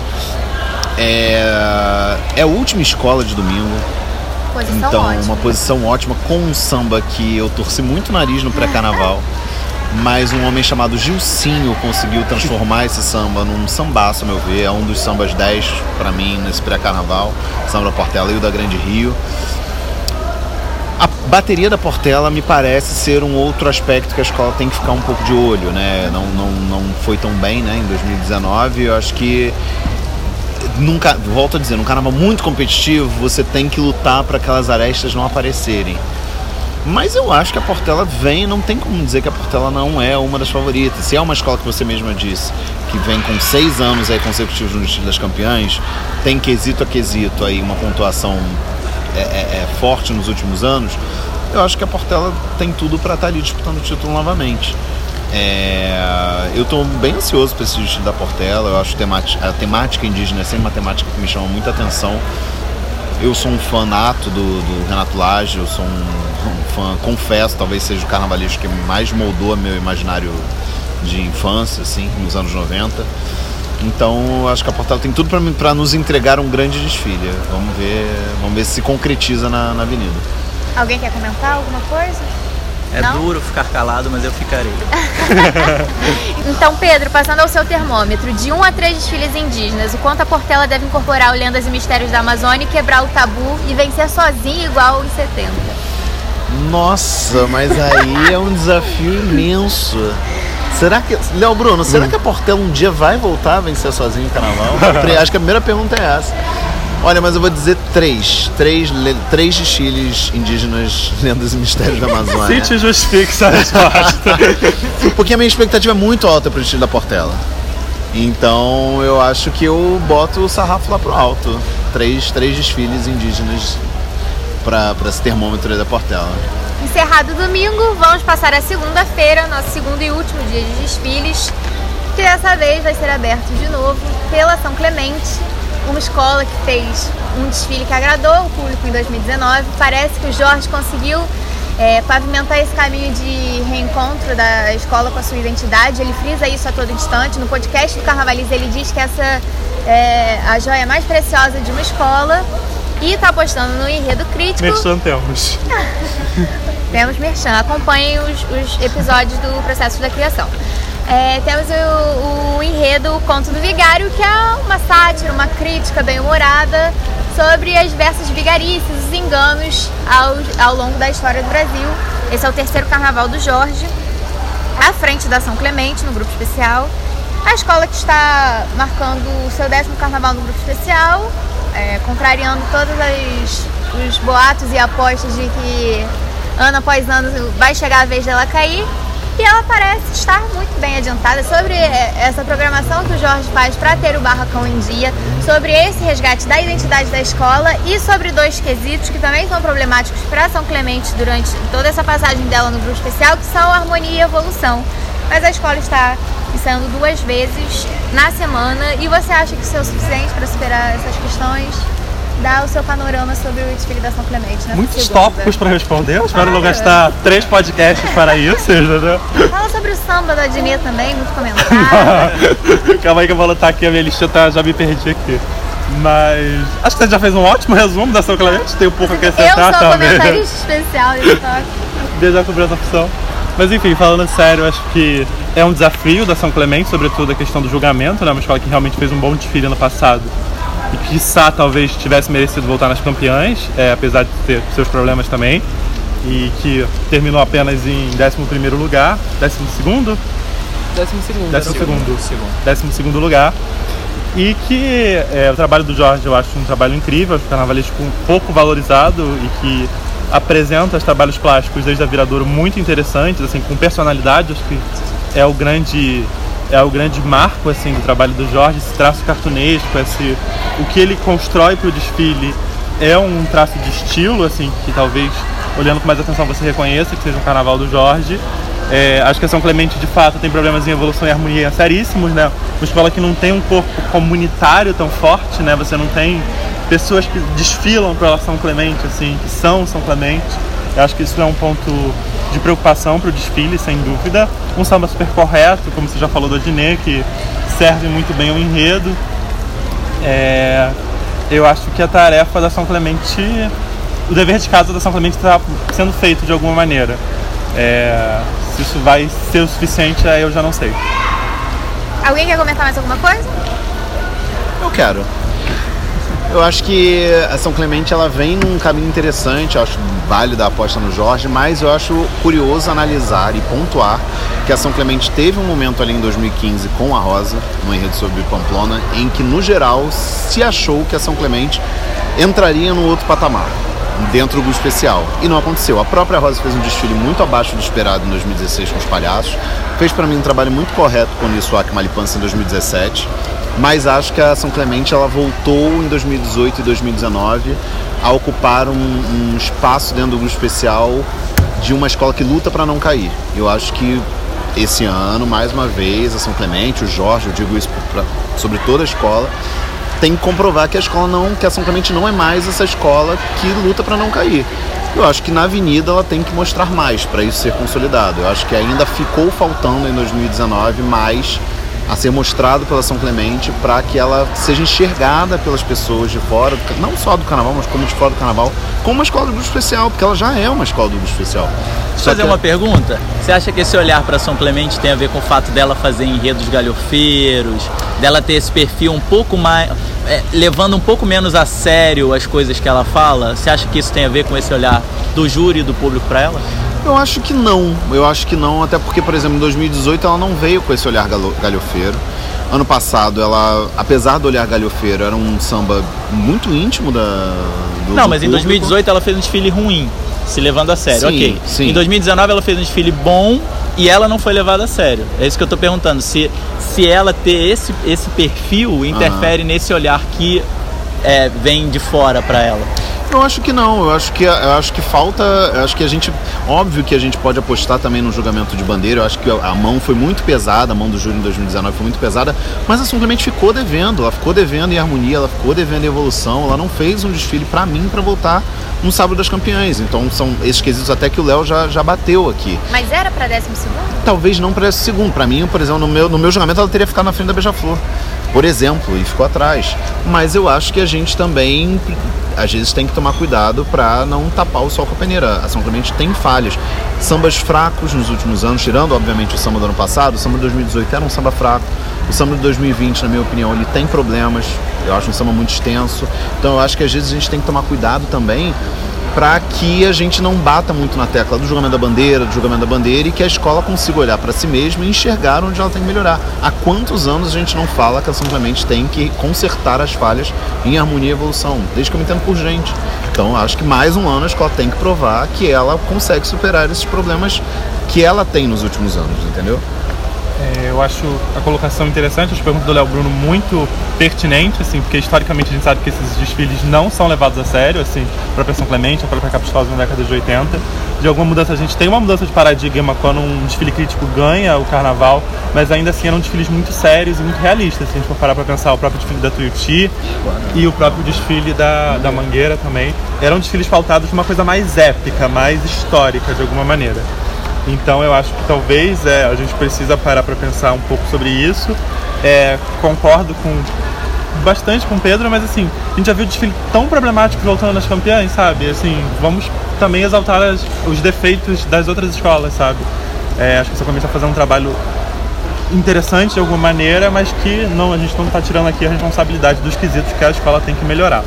É a última escola de domingo. Posição ótima. Uma posição ótima, com um samba que eu torci muito o nariz no pré-carnaval, mas um homem chamado Gilcinho conseguiu transformar esse samba num sambaço, a meu ver. É um dos sambas 10 para mim nesse pré-carnaval, samba da Portela e o da Grande Rio. A bateria da Portela me parece ser um outro aspecto que a escola tem que ficar um pouco de olho, né? Não foi tão bem, né, em 2019. Eu acho que volto a dizer, num carnaval muito competitivo, você tem que lutar para aquelas arestas não aparecerem. Mas eu acho que a Portela não tem como dizer que a Portela não é uma das favoritas. Se é uma escola que você mesma disse, que vem com 6 anos aí consecutivos no desfile das campeãs, tem quesito a quesito aí, uma pontuação forte nos últimos anos, eu acho que a Portela tem tudo para estar ali disputando o título novamente. Eu estou bem ansioso para esse desfile da Portela. Eu acho a temática indígena é sempre uma temática que me chama muita atenção. Eu sou um fã nato do Renato Laje, eu sou um fã, confesso, talvez seja o carnavalesco que mais moldou meu imaginário de infância, assim, nos anos 90. Então, eu acho que a Portela tem tudo para nos entregar um grande desfile. Vamos ver se concretiza na avenida. Alguém quer comentar alguma coisa? Não? Duro ficar calado, mas eu ficarei. Então, Pedro, passando ao seu termômetro, de 1 a 3 desfiles indígenas, o quanto a Portela deve incorporar o Lendas e Mistérios da Amazônia, quebrar o tabu e vencer sozinho igual em 70? Nossa, mas aí é um desafio imenso. Será que... Léo Bruno, será que a Portela um dia vai voltar a vencer sozinho o carnaval? Acho que a primeira pergunta é essa. Olha, mas eu vou dizer três desfiles indígenas, lendas e mistérios da Amazônia. Sim, te justifique essa resposta. Porque a minha expectativa é muito alta pro desfile da Portela. Então eu acho que eu boto o sarrafo lá pro alto. Três desfiles indígenas para esse termômetro aí da Portela. Encerrado o domingo, vamos passar a segunda-feira, nosso segundo e último dia de desfiles, que dessa vez vai ser aberto de novo pela São Clemente, uma escola que fez um desfile que agradou o público em 2019. Parece que o Jorge conseguiu pavimentar esse caminho de reencontro da escola com a sua identidade. Ele frisa isso a todo instante. No podcast do Carnavalize ele diz que essa é a joia mais preciosa de uma escola e está apostando no enredo crítico. Merchan temos. Temos merchan. Acompanhem os episódios do Processo da Criação. Temos o enredo O Conto do Vigário, que é uma sátira, uma crítica bem-humorada sobre as diversas vigarices, os enganos ao longo da história do Brasil. Esse é o terceiro carnaval do Jorge, à frente da São Clemente, no grupo especial. A escola que está marcando o seu 10º carnaval no grupo especial, contrariando todos os boatos e apostas de que ano após ano vai chegar a vez dela cair. E ela parece estar muito bem adiantada sobre essa programação que o Jorge faz para ter o barracão em dia, sobre esse resgate da identidade da escola e sobre dois quesitos que também são problemáticos para São Clemente durante toda essa passagem dela no grupo especial, que são a harmonia e a evolução. Mas a escola está ensaiando 2 vezes na semana. E você acha que isso é o suficiente para superar essas questões? Dá o seu panorama sobre o desfile da São Clemente, né? Muitos tópicos para responder. Eu espero não gastar 3 podcasts para isso, entendeu? Fala sobre o samba da Dinê também, muito comentário. Calma aí que eu vou lutar aqui, a minha lista já me perdi aqui. Mas acho que você já fez um ótimo resumo da São Clemente, tem um pouco a acrescentar também. Eu sou também. comentarista especial desse tópico. Desde a essa opção. Mas enfim, falando sério, acho que é um desafio da São Clemente, sobretudo a questão do julgamento, né? Uma escola que realmente fez um bom desfile ano passado e que, quiçá, talvez tivesse merecido voltar nas campeãs, apesar de ter seus problemas também, e que terminou apenas em 11º lugar, 12º? 12º lugar. E que o trabalho do Jorge eu acho um trabalho incrível, acho um carnavalesco pouco valorizado e que apresenta os trabalhos plásticos desde a Viradouro muito interessantes, assim, com personalidade. Acho que é o grande marco, assim, do trabalho do Jorge, esse traço cartunesco, o que ele constrói para o desfile é um traço de estilo, assim, que talvez, olhando com mais atenção, você reconheça que seja um carnaval do Jorge. Acho que a São Clemente, de fato, tem problemas em evolução e harmonia seríssimos, né? Uma escola que não tem um corpo comunitário tão forte, né? Você não tem pessoas que desfilam pela São Clemente, assim, que são São Clemente. Eu acho que isso é um ponto de preocupação para o desfile, sem dúvida. Um samba super correto, como você já falou do Adnet, que serve muito bem ao enredo. Eu acho que a tarefa da São Clemente, o dever de casa da São Clemente está sendo feito de alguma maneira. Se isso vai ser o suficiente, aí eu já não sei. Alguém quer comentar mais alguma coisa? Eu quero. Eu acho que a São Clemente ela vem num caminho interessante, eu acho válida a aposta no Jorge, mas eu acho curioso analisar e pontuar que a São Clemente teve um momento ali em 2015 com a Rosa, no enredo sobre Pamplona, em que no geral se achou que a São Clemente entraria no outro patamar, dentro do grupo especial, e não aconteceu. A própria Rosa fez um desfile muito abaixo do esperado em 2016 com os palhaços, fez para mim um trabalho muito correto com o Nissuak Malipança em 2017, mas acho que a São Clemente ela voltou em 2018 e 2019 a ocupar um espaço dentro do grupo especial de uma escola que luta para não cair. Eu acho que esse ano, mais uma vez, a São Clemente, o Jorge, eu digo isso sobre toda a escola, tem que comprovar que que a São Clemente não é mais essa escola que luta para não cair. Eu acho que na Avenida ela tem que mostrar mais para isso ser consolidado. Eu acho que ainda ficou faltando em 2019 mais a ser mostrado pela São Clemente para que ela seja enxergada pelas pessoas de fora, não só do carnaval, mas como de fora do carnaval, como uma escola do grupo especial, porque ela já é uma escola do grupo especial. Deixa eu fazer uma pergunta. Você acha que esse olhar para São Clemente tem a ver com o fato dela fazer enredos galhofeiros, dela ter esse perfil um pouco mais, levando um pouco menos a sério as coisas que ela fala? Você acha que isso tem a ver com esse olhar do júri e do público para ela? Eu acho que não, até porque, por exemplo, em 2018 ela não veio com esse olhar galhofeiro. Ano passado, ela, apesar do Olhar Galhofeiro, era um samba muito íntimo do mas em 2018 ela fez um desfile ruim, se levando a sério, sim, ok. Sim. Em 2019 ela fez um desfile bom e ela não foi levada a sério. É isso que eu tô perguntando, se ela ter esse perfil interfere nesse olhar que vem de fora para ela. Eu acho que não, eu acho que falta, eu acho que a gente, óbvio que a gente pode apostar também no julgamento de bandeira, eu acho que a mão foi muito pesada, a mão do júri em 2019 foi muito pesada, mas ela simplesmente ficou devendo, em harmonia, ela ficou devendo em evolução, ela não fez um desfile pra mim pra voltar no Sábado das Campeãs, então são esses quesitos até que o Léo já bateu aqui. Mas era pra 12º? Talvez não pra 12º, pra mim, por exemplo, no meu julgamento ela teria ficado na frente da Beija-Flor, por exemplo, e ficou atrás, mas eu acho que a gente também às vezes tem que tomar cuidado para não tapar o sol com a peneira. A São Clemente tem falhas. Sambas fracos nos últimos anos, tirando obviamente o samba do ano passado. O samba de 2018 era um samba fraco. O samba de 2020, na minha opinião, ele tem problemas. Eu acho um samba muito extenso. Então eu acho que às vezes a gente tem que tomar cuidado também para que a gente não bata muito na tecla do julgamento da bandeira, e que a escola consiga olhar para si mesma e enxergar onde ela tem que melhorar. Há quantos anos a gente não fala que a São Clemente tem que consertar as falhas em harmonia e evolução? Desde que eu me entendo por gente. Então acho que mais um ano a escola tem que provar que ela consegue superar esses problemas que ela tem nos últimos anos, entendeu? Eu acho a colocação interessante, as perguntas do Léo Bruno muito pertinente, assim, porque historicamente a gente sabe que esses desfiles não são levados a sério, assim, a própria São Clemente, a própria Caprichosa na década de 80. De alguma mudança, a gente tem uma mudança de paradigma quando um desfile crítico ganha o carnaval, mas ainda assim eram desfiles muito sérios e muito realistas. Se a gente for parar para pensar, o próprio desfile da Tuiuti e o próprio desfile da Mangueira também, eram desfiles pautados de uma coisa mais épica, mais histórica de alguma maneira. Então eu acho que talvez a gente precisa parar para pensar um pouco sobre isso. Concordo bastante com o Pedro, mas assim, a gente já viu desfile tão problemático voltando nas campeãs, sabe? Assim, vamos também exaltar os defeitos das outras escolas, sabe? Acho que você começa a fazer um trabalho interessante de alguma maneira, mas que a gente não está tirando aqui a responsabilidade dos quesitos que a escola tem que melhorar.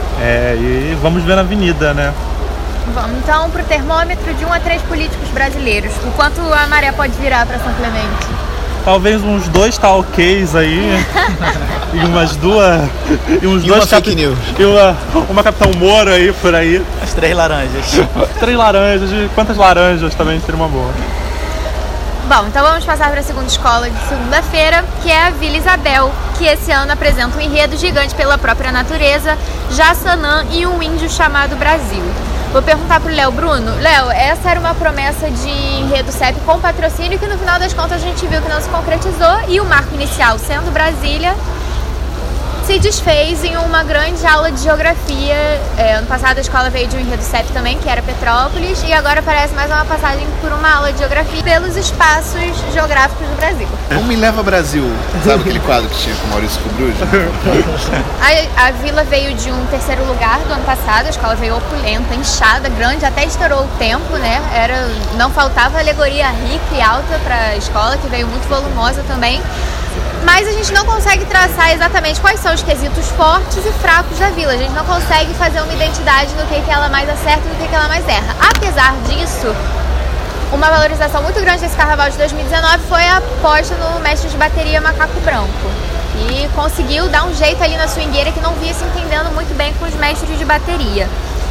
E vamos ver na avenida, né? Vamos então pro termômetro de 1 a 3 políticos brasileiros. O quanto a maré pode virar para São Clemente? Talvez uns 2 talquês aí e umas duas e uns e dois uma fake news. E uma Capitão Moro aí por aí. As 3 laranjas. 3 laranjas, e quantas laranjas também seria uma boa. Bom, então vamos passar para a segunda escola de segunda-feira, que é a Vila Isabel, que esse ano apresenta um enredo gigante pela própria natureza, Jaçanã e um índio chamado Brasil. Vou perguntar pro Léo Bruno. Léo, essa era uma promessa de enredo CEP com patrocínio que no final das contas a gente viu que não se concretizou, e o marco inicial sendo Brasília se desfez em uma grande aula de geografia. Ano passado a escola veio de um enredo CEP também, que era Petrópolis, e agora parece mais uma passagem por uma aula de geografia pelos espaços geográficos do Brasil. Não me leva Brasil. Sabe aquele quadro que tinha com o Maurício Cubrujo? A vila veio de um 3º lugar do ano passado, a escola veio opulenta, inchada, grande, até estourou o tempo, né? Não faltava alegoria rica e alta para a escola, que veio muito volumosa também. Mas a gente não consegue traçar exatamente quais são os quesitos fortes e fracos da vila. A gente não consegue fazer uma identidade no que ela mais acerta e no que ela mais erra. Apesar disso, uma valorização muito grande desse carnaval de 2019 foi a aposta no mestre de bateria Macaco Branco. E conseguiu dar um jeito ali na swingueira que não via se entendendo muito bem com os mestres de bateria.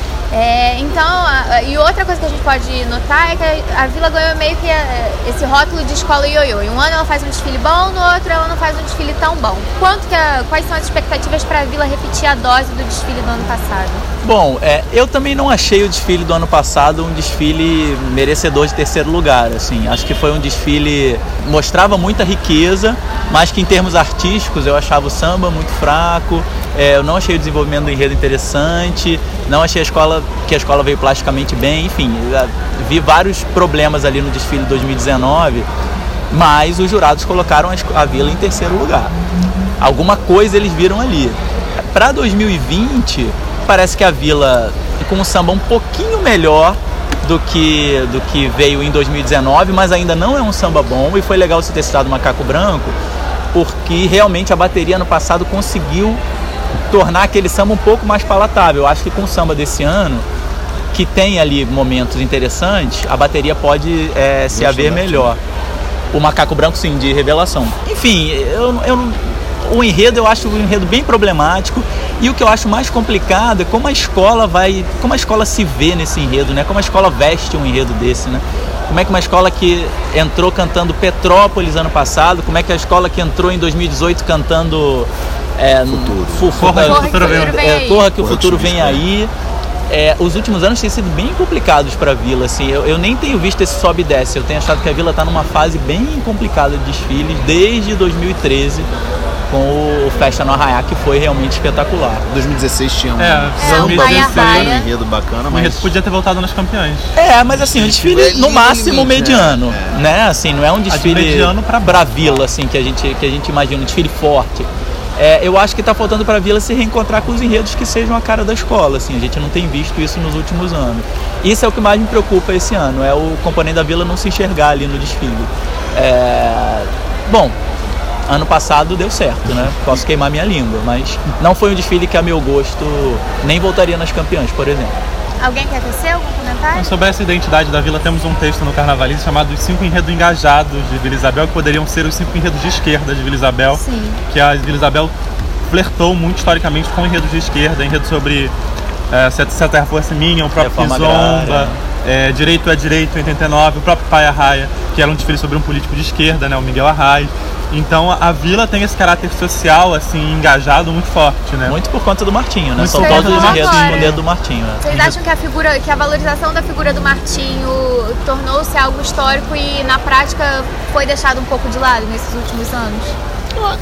E outra coisa que a gente pode notar é que a Vila ganhou meio que esse rótulo de escola ioiô. Em um ano ela faz um desfile bom, no outro ela não faz um desfile tão bom. Quais são as expectativas para a Vila repetir a dose do desfile do ano passado? Bom, eu também não achei o desfile do ano passado um desfile merecedor de 3º lugar. Assim, acho que foi um desfile mostrava muita riqueza, mas que em termos artísticos eu achava o samba muito fraco. Eu não achei o desenvolvimento do enredo interessante, não achei que a escola veio plasticamente bem, enfim, vi vários problemas ali no desfile de 2019, mas os jurados colocaram a Vila em 3º lugar. Alguma coisa eles viram ali. Para 2020, parece que a Vila, com um samba um pouquinho melhor do que veio em 2019, mas ainda não é um samba bom, e foi legal você ter citado o Macaco Branco, porque realmente a bateria no passado conseguiu tornar aquele samba um pouco mais palatável. Eu acho que com o samba desse ano, que tem ali momentos interessantes, a bateria pode se haver melhor. o Macaco Branco, sim, de revelação. Enfim, o enredo, eu acho um enredo bem problemático, e o que eu acho mais complicado é como a escola se vê nesse enredo, né? Como a escola veste um enredo desse, né? Como é que uma escola que entrou cantando Petrópolis ano passado, como é que a escola que entrou em 2018 cantando Corra que o futuro vem aí. Os últimos anos têm sido bem complicados para a Vila, assim. Eu nem tenho visto esse sobe e desce. Eu tenho achado que a Vila está numa fase bem complicada de desfiles desde 2013, com o Festa no Arraiá, que foi realmente espetacular. 2016 tinha um enredo bacana, mas... O enredo podia ter voltado nas campeãs. Mas assim, um desfile no máximo mediano, né? Assim, não é um desfile pra Vila, assim, que a gente imagina, um desfile forte. Eu acho que está faltando para a Vila se reencontrar com os enredos que sejam a cara da escola, assim. A gente não tem visto isso nos últimos anos. Isso é o que mais me preocupa esse ano, é o componente da Vila não se enxergar ali no desfile. Bom, ano passado deu certo, né? Posso queimar minha língua, mas não foi um desfile que a meu gosto nem voltaria nas campeãs, por exemplo. Alguém quer tecer algum comentário? Sobre essa identidade da Vila, temos um texto no Carnavalismo chamado Os 5 Enredos Engajados de Vila Isabel, que poderiam ser os 5 enredos de esquerda de Vila Isabel. Sim. Que a Vila Isabel flertou muito historicamente com enredos de esquerda, enredo sobre Se a Terra Fosse Minha, o próprio Kizomba, Direito é Direito, 89, o próprio Pai Arraia, que era um desfile sobre um político de esquerda, né, o Miguel Arraes. Então a Vila tem esse caráter social, assim, engajado muito forte, né? Muito por conta do Martinho, né? Muito São todos os enredos com o dedo do Martinho, né? Vocês acham que a valorização da figura do Martinho tornou-se algo histórico e na prática foi deixado um pouco de lado nesses últimos anos?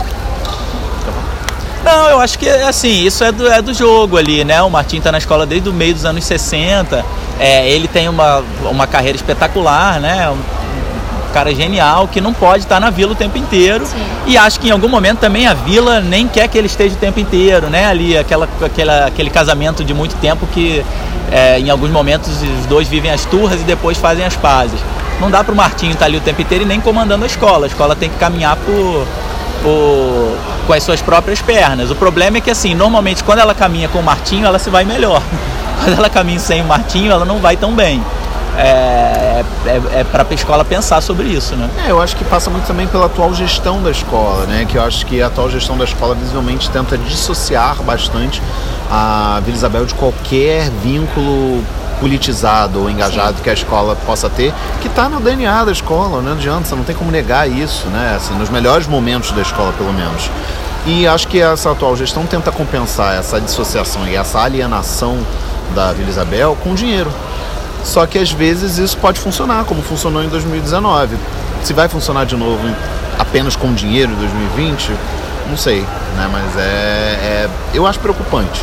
Não, eu acho que, assim, isso é do jogo ali, né? O Martinho tá na escola desde o meio dos anos 60, ele tem uma carreira espetacular, né? Um cara genial, que não pode estar na Vila o tempo inteiro. Sim. E acho que em algum momento também a Vila nem quer que ele esteja o tempo inteiro, né? Ali, aquele casamento de muito tempo que em alguns momentos os dois vivem as turras e depois fazem as pazes. Não dá para o Martinho estar ali o tempo inteiro e nem comandando a escola tem que caminhar com as suas próprias pernas. O problema é que, assim, normalmente quando ela caminha com o Martinho, ela se vai melhor. Quando ela caminha sem o Martinho, ela não vai tão bem. Para a escola pensar sobre isso, né? Eu acho que passa muito também pela atual gestão da escola, né? Que eu acho que a atual gestão da escola visivelmente tenta dissociar bastante a Vila Isabel de qualquer vínculo politizado ou engajado que a escola possa ter, que está no DNA da escola, não adianta, você não tem como negar isso, né? Assim, nos melhores momentos da escola, pelo menos. E acho que essa atual gestão tenta compensar essa dissociação e essa alienação da Vila Isabel com dinheiro. Só que às vezes isso pode funcionar, como funcionou em 2019. Se vai funcionar de novo apenas com dinheiro em 2020, não sei, né? Mas eu acho preocupante.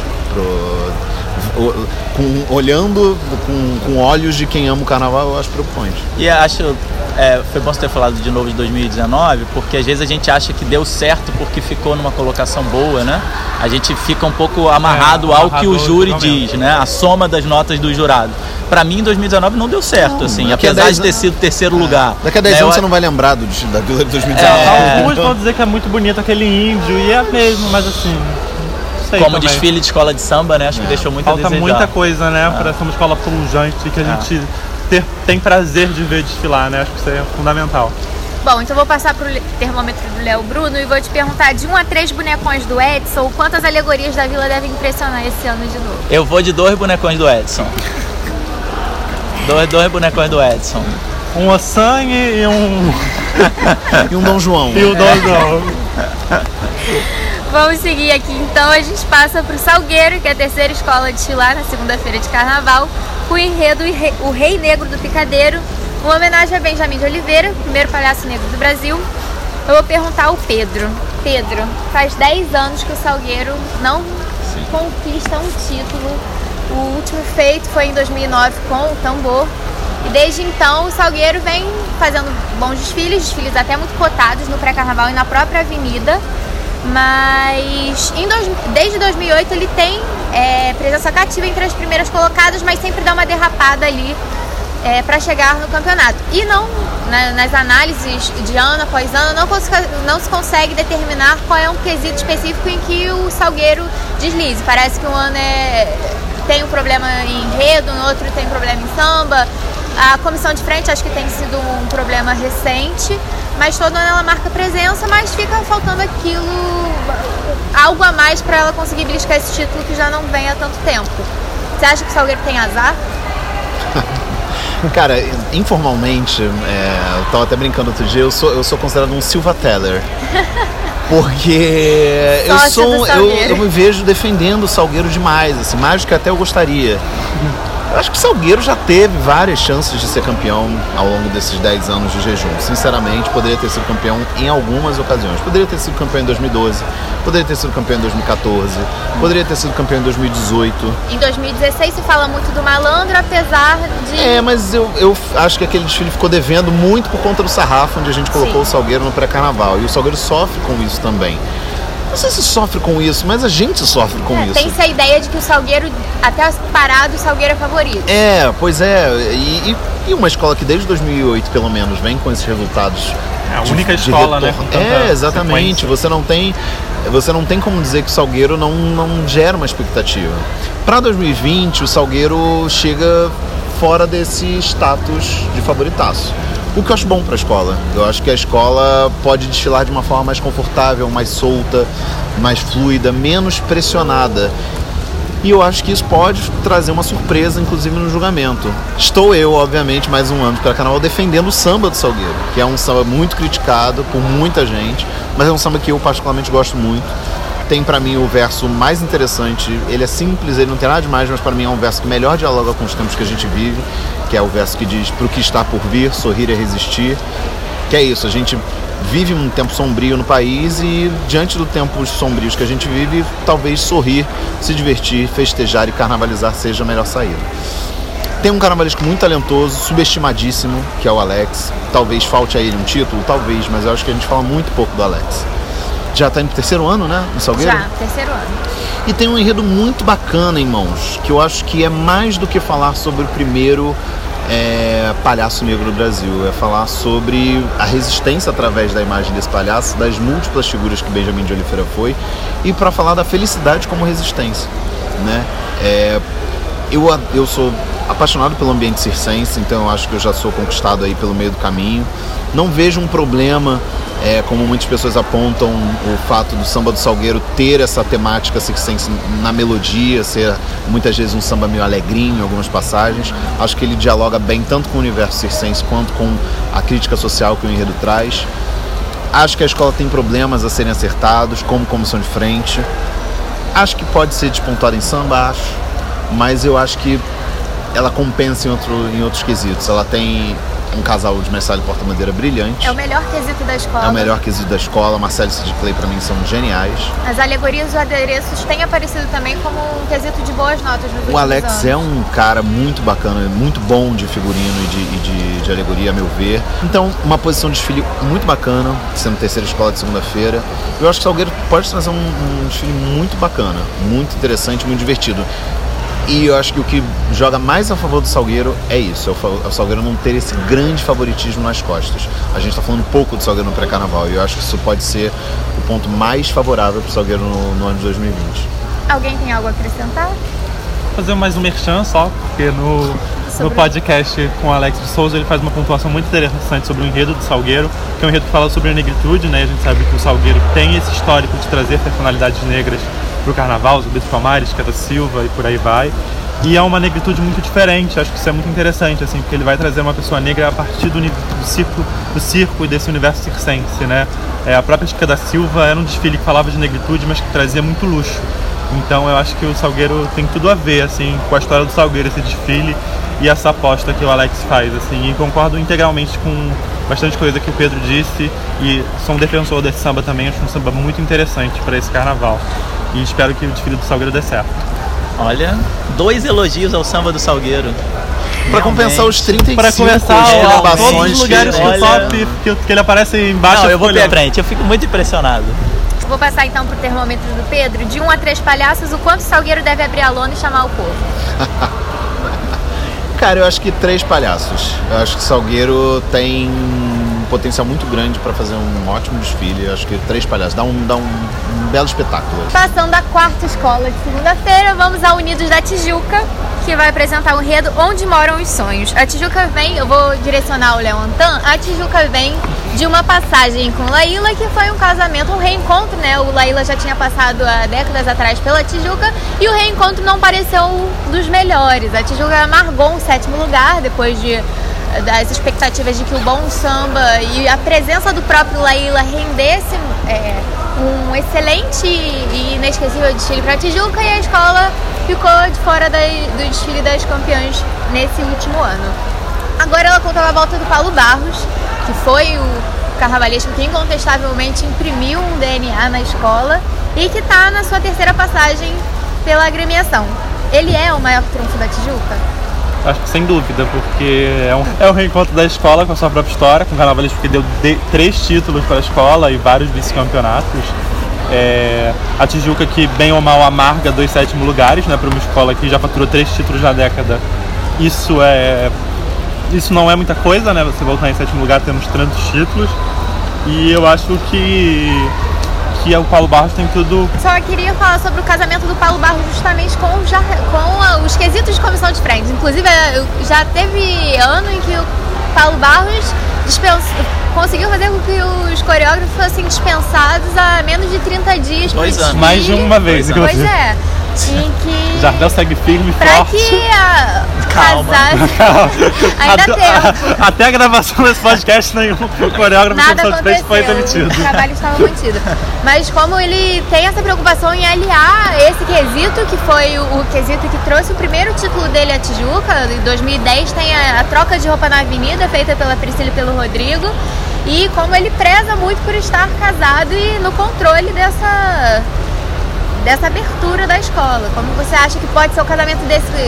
Olhando com olhos de quem ama o carnaval, eu acho preocupante. E acho foi bom você ter falado de novo de 2019, porque às vezes a gente acha que deu certo porque ficou numa colocação boa, né? A gente fica um pouco amarrado ao que o júri diz, né? A soma das notas do jurado. Pra mim, em 2019 não deu certo, assim, apesar de ter sido terceiro lugar. Daqui a 10 anos você não vai lembrar da Vila de 2019. Alguns vão dizer que é muito bonito aquele índio, e é mesmo, mas assim... Como desfile de escola de samba, né? Acho que deixou muito a desejar. Falta muita coisa, né? Para ser uma escola pujante que a gente tem prazer de ver desfilar, né? Acho que isso é fundamental. Bom, então vou passar pro termômetro do Léo Bruno e vou te perguntar, de 1 a 3 bonecões do Edson, quantas alegorias da Vila devem impressionar esse ano de novo? Eu vou de 2 bonecões do Edson. dois bonecões do Edson. Um Ossangue e um... e um Dom João. E o Dom João. Vamos seguir aqui, então a gente passa para o Salgueiro, que é a terceira escola a desfilar na segunda-feira de carnaval, com o enredo O Rei Negro do Picadeiro, uma homenagem a Benjamin de Oliveira, primeiro palhaço negro do Brasil. Eu vou perguntar ao Pedro. Pedro, faz 10 anos que o Salgueiro não conquista um título. O último feito foi em 2009 com o tambor. E desde então o Salgueiro vem fazendo bons desfiles até muito cotados no pré-carnaval e na própria avenida. Mas desde 2008 ele tem presença cativa entre as primeiras colocadas, mas sempre dá uma derrapada ali para chegar no campeonato. E não, nas análises de ano após ano, não se consegue determinar qual é um quesito específico em que o Salgueiro deslize. Parece que um ano tem um problema em enredo, no outro tem problema em samba. A comissão de frente acho que tem sido um problema recente, mas todo ano ela marca presença, mas fica faltando algo a mais para ela conseguir beliscar esse título que já não vem há tanto tempo. Você acha que o Salgueiro tem azar? Cara, informalmente, eu tava até brincando outro dia, eu sou considerado um Silva Teller. Porque eu me vejo defendendo o Salgueiro demais, assim, mais do que até eu gostaria. Eu acho que o Salgueiro já teve várias chances de ser campeão ao longo desses 10 anos de jejum. Sinceramente, poderia ter sido campeão em algumas ocasiões. Poderia ter sido campeão em 2012, poderia ter sido campeão em 2014, poderia ter sido campeão em 2018. Em 2016 se fala muito do Malandro, apesar de... Mas eu acho que aquele desfile ficou devendo muito por conta do sarrafo, onde a gente colocou o Salgueiro no pré-carnaval. E o Salgueiro sofre com isso também. Não sei se sofre com isso, mas a gente sofre com isso. Tem-se a ideia de que o Salgueiro, até parado, o Salgueiro é favorito. Pois é. E uma escola que desde 2008, pelo menos, vem com esses resultados. É a única escola, né? Exatamente. Você não tem como dizer que o Salgueiro não gera uma expectativa. Para 2020, o Salgueiro chega fora desse status de favoritaço. O que eu acho bom para a escola. Eu acho que a escola pode desfilar de uma forma mais confortável, mais solta, mais fluida, menos pressionada. E eu acho que isso pode trazer uma surpresa, inclusive no julgamento. Estou eu, obviamente, mais um ano para carnaval defendendo o samba do Salgueiro, que é um samba muito criticado por muita gente, mas é um samba que eu particularmente gosto muito. Tem para mim o verso mais interessante, ele é simples, ele não tem nada demais, mas para mim é um verso que melhor dialoga com os tempos que a gente vive, que é o verso que diz: pro que está por vir, sorrir é resistir. Que é isso, a gente vive um tempo sombrio no país e diante dos tempos sombrios que a gente vive, talvez sorrir, se divertir, festejar e carnavalizar seja a melhor saída. Tem um carnavalesco muito talentoso, subestimadíssimo, que é o Alex. Talvez falte a ele um título, talvez, mas eu acho que a gente fala muito pouco do Alex. Já está indo pro 3º ano, né, no Salgueiro? Já, 3º ano. E tem um enredo muito bacana em mãos, que eu acho que é mais do que falar sobre o primeiro palhaço negro do Brasil. É falar sobre a resistência através da imagem desse palhaço, das múltiplas figuras que Benjamin de Oliveira foi, e para falar da felicidade como resistência, né? Eu sou apaixonado pelo ambiente circense, então eu acho que eu já sou conquistado aí pelo meio do caminho. Não vejo um problema, como muitas pessoas apontam, o fato do samba do Salgueiro ter essa temática circense na melodia, ser muitas vezes um samba meio alegrinho em algumas passagens. Acho que ele dialoga bem tanto com o universo circense quanto com a crítica social que o enredo traz. Acho que a escola tem problemas a serem acertados, como comissão de frente. Acho que pode ser despontuada em samba, mas eu acho que ela compensa em outros quesitos. Ela tem um casal de mestre e porta-bandeira brilhante. É o melhor quesito da escola. É o melhor quesito da escola. Marcelo e Sid Clay, pra mim, são geniais. As alegorias e os adereços têm aparecido também como um quesito de boas notas nos últimos anos. O Alex é um cara muito bacana, muito bom de figurino e de alegoria, a meu ver. Então, uma posição de desfile muito bacana, sendo 3ª escola de segunda-feira. Eu acho que o Salgueiro pode trazer um desfile muito bacana, muito interessante, muito divertido. E eu acho que o que joga mais a favor do Salgueiro é isso, é o Salgueiro não ter esse grande favoritismo nas costas. A gente está falando pouco do Salgueiro no pré-carnaval e eu acho que isso pode ser o ponto mais favorável para o Salgueiro no ano de 2020. Alguém tem algo a acrescentar? Vou fazer mais um merchan só, porque no podcast com o Alex de Souza ele faz uma pontuação muito interessante sobre o enredo do Salgueiro, que é um enredo que fala sobre a negritude, né? A gente sabe que o Salgueiro tem esse histórico de trazer personalidades negras pro carnaval, Zubito Palmares, Queda Silva e por aí vai. E é uma negritude muito diferente, acho que isso é muito interessante, assim, porque ele vai trazer uma pessoa negra a partir do circo e desse universo circense, né? A própria Queda Silva era um desfile que falava de negritude, mas que trazia muito luxo. Então eu acho que o Salgueiro tem tudo a ver, assim, com a história do Salgueiro, esse desfile e essa aposta que o Alex faz, assim, e concordo integralmente com bastante coisa que o Pedro disse e sou um defensor desse samba também, acho um samba muito interessante para esse carnaval e espero que o desfile do Salgueiro dê certo. Olha, 2 elogios ao samba do Salgueiro. Pra compensar os 35 pra começar todos os lugares que ele aparece embaixo. Não, eu vou pra frente, eu fico muito impressionado. Vou passar então pro termômetro do Pedro. De 1 a 3 palhaços, o quanto o Salgueiro deve abrir a lona e chamar o povo? Cara, eu acho que 3 palhaços. Eu acho que o Salgueiro tem um potencial muito grande para fazer um ótimo desfile. Eu acho que 3 palhaços. Dá um belo espetáculo. Passando a 4ª escola de segunda-feira, vamos ao Unidos da Tijuca, que vai apresentar o enredo Onde Moram os Sonhos. A Tijuca vem, eu vou direcionar o Leontan, a Tijuca vem de uma passagem com Laíla, que foi um casamento, um reencontro, né? O Laíla já tinha passado há décadas atrás pela Tijuca e o reencontro não pareceu dos melhores. A Tijuca amargou um 7º lugar depois das expectativas de que o bom samba e a presença do próprio Laíla rendesse um excelente e inesquecível desfile para a Tijuca, e a escola ficou de fora do desfile das campeãs nesse último ano. Agora ela conta a volta do Paulo Barros, que foi o carnavalesco que incontestavelmente imprimiu um DNA na escola e que está na sua 3ª passagem pela agremiação. Ele é o maior trunfo da Tijuca? Acho que sem dúvida, porque é um reencontro da escola com a sua própria história, com o carnavalesco que deu 3 títulos para a escola e vários vice-campeonatos. A Tijuca que bem ou mal amarga 2 7º lugares, né, para uma escola que já faturou 3 títulos na década. Isso não é muita coisa, né, você voltar em 7º lugar tendo tantos títulos. E eu acho que o Paulo Barros tem tudo. Só queria falar sobre o casamento do Paulo Barros justamente com os quesitos de comissão de frente. Inclusive, já teve ano em que o Paulo Barros conseguiu fazer com que os coreógrafos fossem dispensados a menos de 30 dias. 2 anos. Mais de uma vez, inclusive. Pois é. Em que... Jardel segue firme e pra forte. Que Calma. Ainda tempo. Até a gravação desse podcast, nenhum coreógrafo de comissão de frente foi demitido. O trabalho estava mantido. Mas como ele tem essa preocupação em aliar esse quesito, que foi o quesito que trouxe o primeiro título dele à Tijuca, em 2010 tem a troca de roupa na avenida, feita pela Priscila e pelo Rodrigo, e como ele preza muito por estar casado e no controle dessa abertura da escola. Como você acha que pode ser o casamento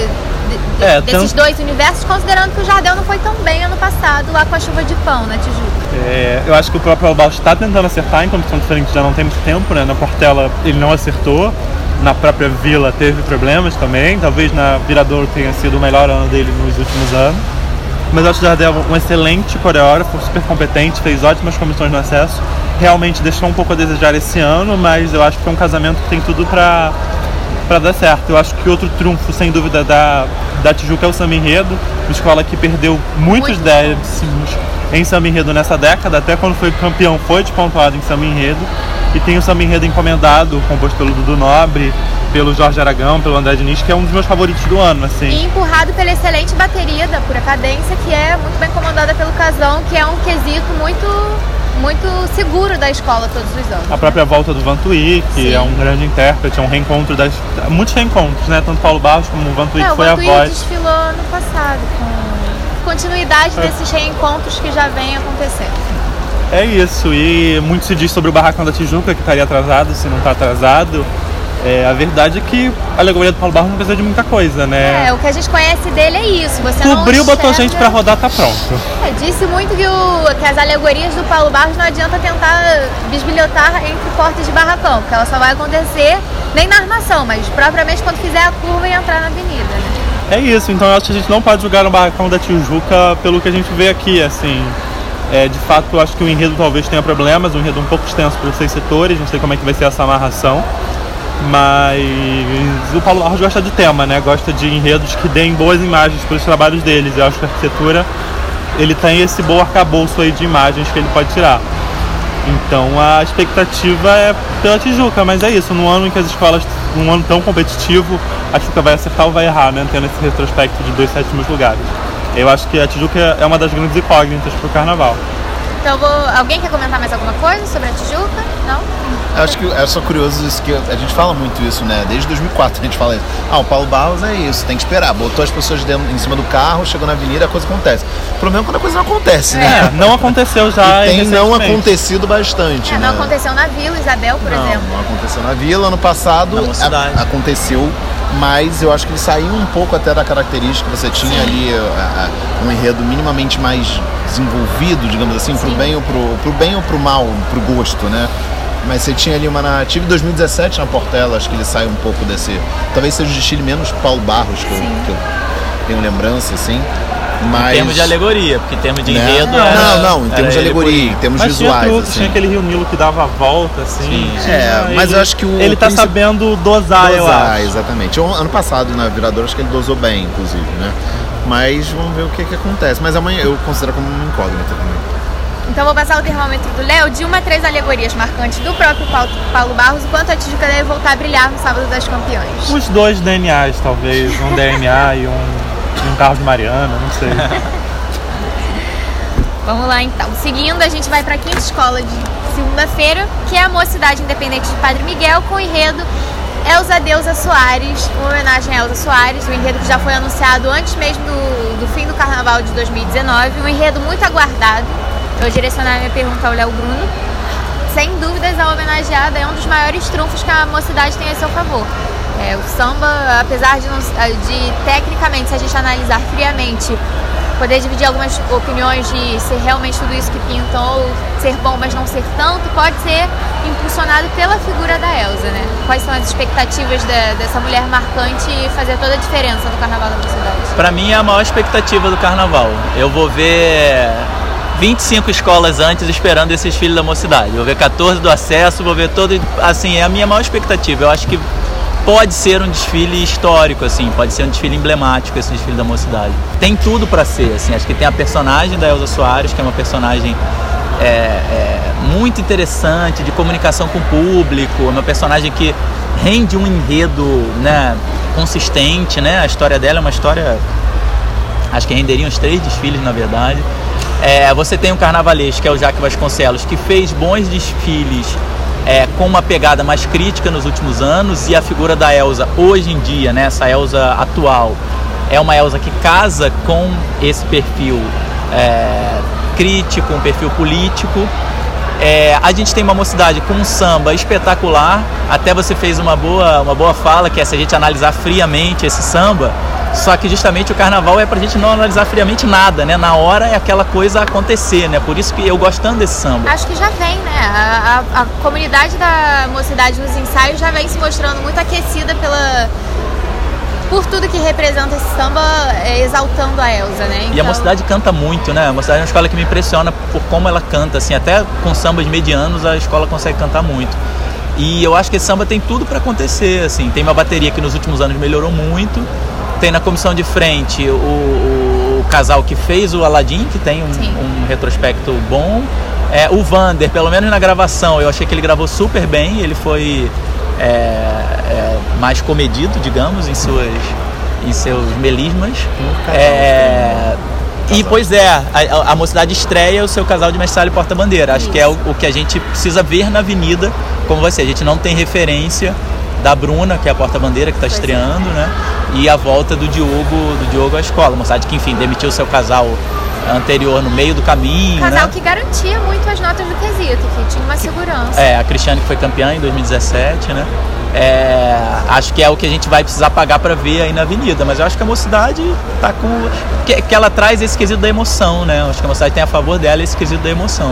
desses dois universos, considerando que o Jardel não foi tão bem ano passado lá com a chuva de pão na Tijuca? Eu acho que o próprio Paulo Barros está tentando acertar em comissão diferente, já não tem muito tempo, né? Na Portela ele não acertou, na própria Vila teve problemas também, talvez na Viradouro tenha sido o melhor ano dele nos últimos anos. Mas eu acho o Jardel um excelente coreógrafo, super competente, fez ótimas comissões no acesso. Realmente deixou um pouco a desejar esse ano, mas eu acho que é um casamento que tem tudo pra dar certo. Eu acho que outro trunfo, sem dúvida, da Tijuca é o samba enredo. Uma escola que perdeu muitos décimos em samba enredo nessa década, até quando foi campeão foi despontuado em samba enredo. E tem o samba enredo encomendado, composto pelo Dudu Nobre, pelo Jorge Aragão, pelo André Diniz, que é um dos meus favoritos do ano, assim. E empurrado pela excelente bateria da Pura Cadência, que é muito bem comandada pelo Casão, que é um quesito muito seguro da escola todos os anos. A própria volta do Vantuí, que Sim. é um grande intérprete, é um reencontro muitos reencontros, né? Tanto Paulo Barros como o Vantuí, que foi a voz. O Vantuí desfilou ano passado, com continuidade desses reencontros que já vem acontecendo. É isso, e muito se diz sobre o Barracão da Tijuca, que estaria atrasado, se não está atrasado. A verdade é que a alegoria do Paulo Barros não precisa de muita coisa, né? O que a gente conhece dele é isso. Você cobriu, botou gente pra rodar, tá pronto. Disse muito que as alegorias do Paulo Barros não adianta tentar bisbilhotar entre portas de barracão, porque ela só vai acontecer nem na armação, mas propriamente quando fizer a curva e entrar na avenida, né? É isso, então eu acho que a gente não pode julgar o Barracão da Tijuca pelo que a gente vê aqui, assim. De fato, eu acho que o enredo talvez tenha problemas, um enredo um pouco extenso pelos 6 setores, não sei como é que vai ser essa amarração. Mas o Paulo Barros gosta de tema, né? Gosta de enredos que deem boas imagens para os trabalhos deles. Eu acho que a arquitetura, ele tem esse bom arcabouço aí de imagens que ele pode tirar. Então a expectativa é pela Tijuca, mas é isso, num ano em que as escolas, num ano tão competitivo, a Tijuca vai acertar ou vai errar, né? Tendo esse retrospecto de 2 7º lugares. Eu acho que a Tijuca é uma das grandes incógnitas para o carnaval. Então alguém quer comentar mais alguma coisa sobre a Tijuca? Não? Eu acho que é só curioso isso, que a gente fala muito isso, né? Desde 2004 a gente fala isso. O Paulo Barros é isso, tem que esperar. Botou as pessoas em cima do carro, chegou na avenida, a coisa acontece. O problema é quando a coisa não acontece, né? Não aconteceu já. E tem não acontecido bastante, né? Não aconteceu na Vila, Isabel, por exemplo. Não aconteceu na Vila. Ano passado aconteceu, mas eu acho que ele saiu um pouco até da característica. Você tinha ali um enredo minimamente mais desenvolvido, digamos assim, pro bem ou pro mal, pro gosto, né? Mas você tinha ali uma narrativa. Em 2017 na Portela, acho que ele sai um pouco desse... Talvez seja o desfile menos Paulo Barros, que eu tenho lembrança, assim. Mas... Em termos de alegoria, porque em termos de né? enredo... Não, em termos de alegoria, em termos mas visuais. Tinha, assim. tinha aquele Rio Nilo que dava a volta, assim. Mas eu acho que ele tá sabendo dosar, eu acho. Exatamente. Ano passado, na Viradouro, acho que ele dosou bem, inclusive, né? Mas vamos ver o que acontece. Mas amanhã eu considero como uma incógnita também. Então vou passar o termômetro do Léo de 1 a 3 alegorias marcantes do próprio Paulo Barros, o quanto a Tijuca deve voltar a brilhar no Sábado das Campeões. Os 2 DNAs, talvez. Um DNA e um carro de Mariana, não sei. Vamos lá então. Seguindo, a gente vai para a quinta escola de segunda-feira, que é a Mocidade Independente de Padre Miguel, com o enredo Elza Deusa Soares, uma homenagem a Elza Soares, um enredo que já foi anunciado antes mesmo do fim do Carnaval de 2019, um enredo muito aguardado. Eu vou direcionar a minha pergunta ao Léo Bruno. Sem dúvidas, a homenageada é um dos maiores trunfos que a Mocidade tem a seu favor. O samba, apesar de tecnicamente, se a gente analisar friamente, poder dividir algumas opiniões de ser realmente tudo isso que pintam ou ser bom, mas não ser tanto, pode ser impulsionado pela figura da Elza, né? Quais são as expectativas dessa mulher marcante e fazer toda a diferença no Carnaval da Mocidade? Para mim é a maior expectativa do Carnaval. Eu vou ver 25 escolas antes esperando esse desfile da Mocidade. Vou ver 14 do acesso, vou ver todo... Assim, é a minha maior expectativa. Eu acho que pode ser um desfile histórico, assim, pode ser um desfile emblemático, esse desfile da Mocidade. Tem tudo para ser, assim, acho que tem a personagem da Elza Soares, que é uma personagem muito interessante, de comunicação com o público, uma personagem que rende um enredo, né, consistente, né, a história dela é uma história, acho que renderia uns 3 desfiles, na verdade. Você tem um carnavalesco, que é o Jaque Vasconcelos, que fez bons desfiles com uma pegada mais crítica nos últimos anos, e a figura da Elza hoje em dia, né, essa Elza atual, é uma Elza que casa com esse perfil crítico, um perfil político. A gente tem uma Mocidade com um samba espetacular. Até você fez uma boa fala, que é se a gente analisar friamente esse samba, só que justamente o Carnaval é pra gente não analisar friamente nada, né? Na hora é aquela coisa acontecer, né? Por isso que eu gostando desse samba. Acho que já vem, né? A comunidade da Mocidade nos ensaios já vem se mostrando muito aquecida por tudo que representa esse samba, exaltando a Elza, né? Então... E a Mocidade canta muito, né? A Mocidade é uma escola que me impressiona por como ela canta, assim, até com sambas medianos a escola consegue cantar muito. E eu acho que esse samba tem tudo para acontecer, assim. Tem uma bateria que nos últimos anos melhorou muito. Tem na comissão de frente o casal que fez o Aladim, que tem um retrospecto bom. O Vander, pelo menos na gravação, eu achei que ele gravou super bem. Ele foi mais comedido, digamos, em seus melismas. E, pois a Mocidade estreia o seu casal de mestre e porta-bandeira. Acho que é o que a gente precisa ver na avenida, como vai ser. A gente não tem referência da Bruna, que é a porta-bandeira, que está estreando, né? E a volta do Diogo à escola. Uma cidade que, enfim, demitiu seu casal anterior no meio do caminho, casal, né? Que garantia muito as notas do quesito, que tinha uma segurança. A Cristiane, que foi campeã em 2017, né? Acho que é o que a gente vai precisar pagar para ver aí na avenida, mas eu acho que a Mocidade tá com... que ela traz esse quesito da emoção, né? Eu acho que a Mocidade tem a favor dela esse quesito da emoção.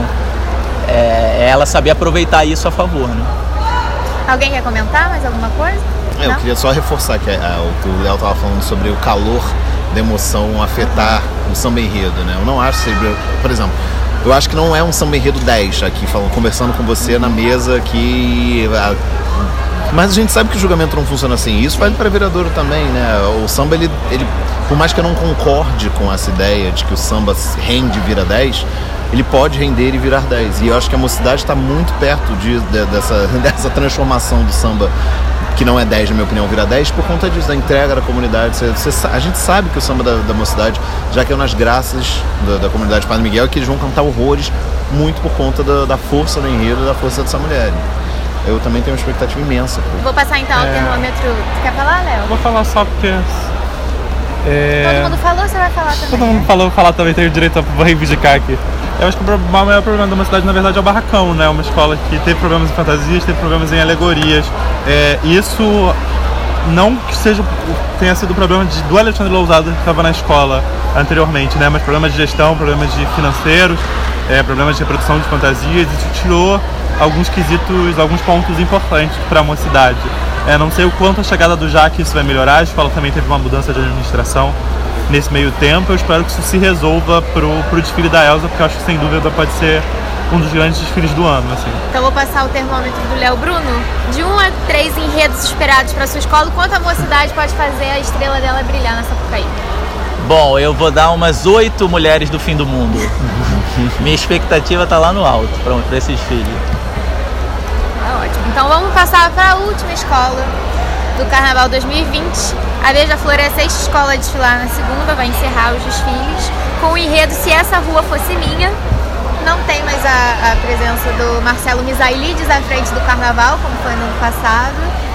Ela saber aproveitar isso a favor, né? Alguém quer comentar mais alguma coisa? Eu queria só reforçar que o que o Léo estava falando sobre o calor da emoção afetar o samba enredo, né? Eu não acho, por exemplo, eu acho que não é um samba enredo 10 aqui, conversando com você na mesa que... Mas a gente sabe que o julgamento não funciona assim. Isso vale para Viradouro também, né? O samba, ele, por mais que eu não concorde com essa ideia de que o samba rende e vira 10, ele pode render e virar 10. E eu acho que a Mocidade está muito perto dessa transformação do samba, que não é 10, na minha opinião, vira 10, por conta disso, da entrega da comunidade. A gente sabe que o samba da Mocidade já caiu nas graças da comunidade Padre Miguel, que eles vão cantar horrores muito por conta da força do enredo e da força dessa mulher. Eu também tenho uma expectativa imensa. Vou passar então o termômetro. Você quer falar, Léo? Vou falar só porque... Todo mundo falou, você vai falar também? Todo mundo falou, vou falar também, tenho direito a reivindicar aqui. Eu acho que o maior problema da Mocidade, na verdade, é o barracão, né? Uma escola que teve problemas em fantasias, teve problemas em alegorias. Isso não que tenha sido o problema do Alexandre Lousada, que estava na escola anteriormente, né? Mas problemas de gestão, problemas de financeiros, problemas de reprodução de fantasias. Isso tirou alguns quesitos, alguns pontos importantes para a Mocidade. Não sei o quanto a chegada do Jaque isso vai melhorar. A escola também teve uma mudança de administração. nesse meio tempo. Eu espero que isso se resolva pro desfile da Elsa, porque eu acho que sem dúvida pode ser um dos grandes desfiles do ano, assim. Então vou passar o termômetro do Léo Bruno. De 1 a 3 enredos esperados para sua escola, quanto a mocidade pode fazer a estrela dela brilhar nessa Sapucaí? Bom, eu vou dar umas 8 mulheres do fim do mundo. Minha expectativa tá lá no alto para esse desfile. Tá ótimo. Então vamos passar para a última escola do Carnaval 2020. A Beija-Flor é a 6ª escola a desfilar na segunda, vai encerrar os desfiles com o enredo Se Essa Rua Fosse Minha. Não tem mais a presença do Marcelo Misailides à frente do Carnaval, como foi no ano passado.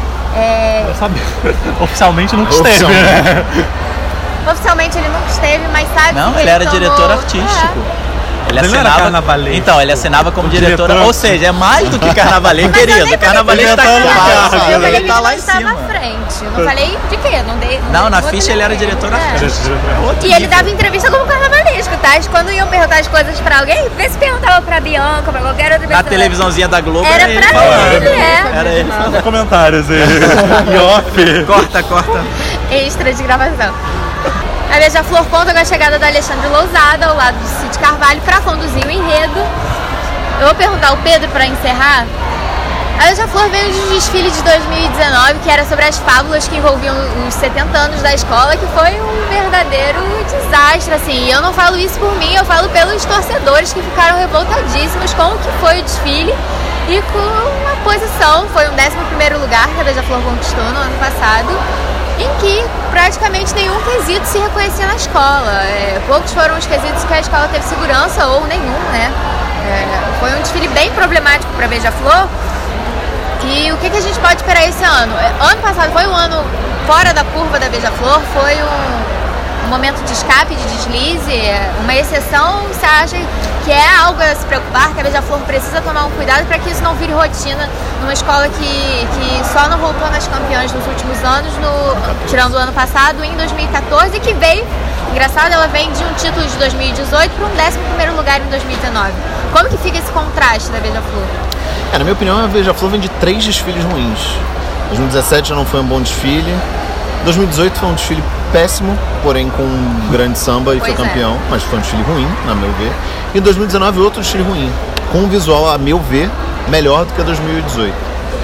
Oficialmente nunca esteve, né? Oficialmente ele nunca esteve, mas sabe não, que ele era diretor artístico. Ele assinava, então, ele assinava como diretor, ou seja, é mais do que carnavalês, querido. Carnavalês tá aqui, ele tá lá em estava cima. à frente. Eu não falei de quê? Não, na ficha ele era diretor artístico. E ele dava entrevista como carnavalesco, tá? Quando iam perguntar as coisas pra alguém, vê se perguntava pra Bianca, pra qualquer outra pessoa. Na televisãozinha da Globo era ele pra falando. ele, Era ele falando. Comentários e off. Corta. Extra de gravação. A Beija-Flor conta com a chegada da Alexandre Lousada ao lado do Cid Carvalho para conduzir o enredo. Eu vou perguntar ao Pedro para encerrar. A Beija-Flor veio de um desfile de 2019 que era sobre as fábulas que envolviam os 70 anos da escola, que foi um verdadeiro desastre, assim. E eu não falo isso por mim, eu falo pelos torcedores que ficaram revoltadíssimos com o que foi o desfile e com uma posição, foi um 11º lugar que a Beija-Flor conquistou no ano passado, em que praticamente nenhum quesito se reconhecia na escola. Poucos foram os quesitos que a escola teve segurança, ou nenhum, né? Foi um desfile bem problemático para a Beija-Flor. E o que a gente pode esperar esse ano? Ano passado foi um ano fora da curva da Beija-Flor, foi um momento de escape, de deslize, uma exceção. Você acha que é algo a se preocupar, que a Beija-Flor precisa tomar um cuidado para que isso não vire rotina numa escola que só não voltou nas campeãs nos últimos anos, tirando o ano passado, em 2014, e que veio, engraçado, ela vem de um título de 2018 para um 11º lugar em 2019. Como que fica esse contraste da Beija-Flor? Na minha opinião, a Beija-Flor vem de 3 desfiles ruins. 2017 já não foi um bom desfile. 2018 foi um desfile péssimo, porém com um grande samba e foi campeão, mas foi um desfile ruim, na meu ver. E 2019 outro desfile ruim, com um visual, a meu ver, melhor do que 2018.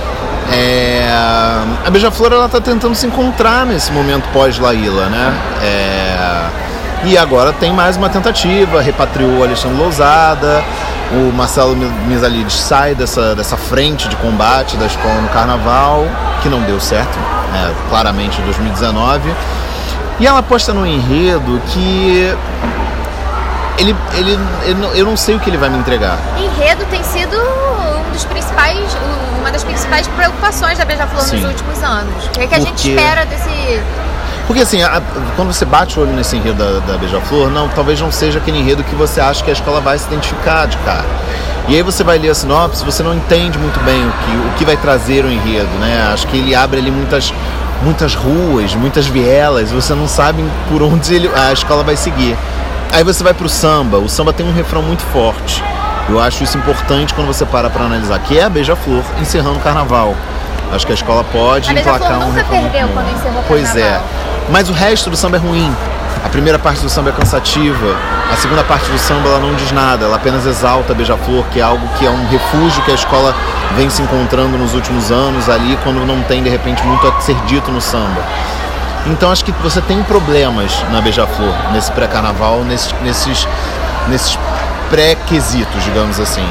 A Beija-Flor ela tá tentando se encontrar nesse momento pós-Laíla, né? E agora tem mais uma tentativa, repatriou o Alexandre Lousada, o Marcelo Misailides sai dessa frente de combate da escola no Carnaval, que não deu certo, claramente em 2019. E ela aposta no enredo que eu não sei o que ele vai me entregar. Enredo tem sido uma das principais preocupações da Beija-Flor nos últimos anos. O que a gente espera desse... Porque assim, quando você bate o olho nesse enredo da Beija-Flor, talvez não seja aquele enredo que você acha que a escola vai se identificar de cara. E aí você vai ler a sinopse, você não entende muito bem o que vai trazer o enredo, né? Acho que ele abre ali muitas ruas, muitas vielas, você não sabe por onde a escola vai seguir. Aí você vai pro samba, o samba tem um refrão muito forte. Eu acho isso importante quando você para analisar, que é a Beija-Flor encerrando o Carnaval. Acho que a escola pode emplacar um refrão. A Beija-Flor nunca perdeu quando encerrou o Carnaval. Pois é. Mas o resto do samba é ruim. A primeira parte do samba é cansativa. A segunda parte do samba ela não diz nada. Ela apenas exalta a Beija-Flor, que é algo que é um refúgio que a escola vem se encontrando nos últimos anos ali, quando não tem, de repente, muito a ser dito no samba. Então acho que você tem problemas na Beija-Flor, nesse pré-carnaval, nesses pré-quesitos, digamos assim.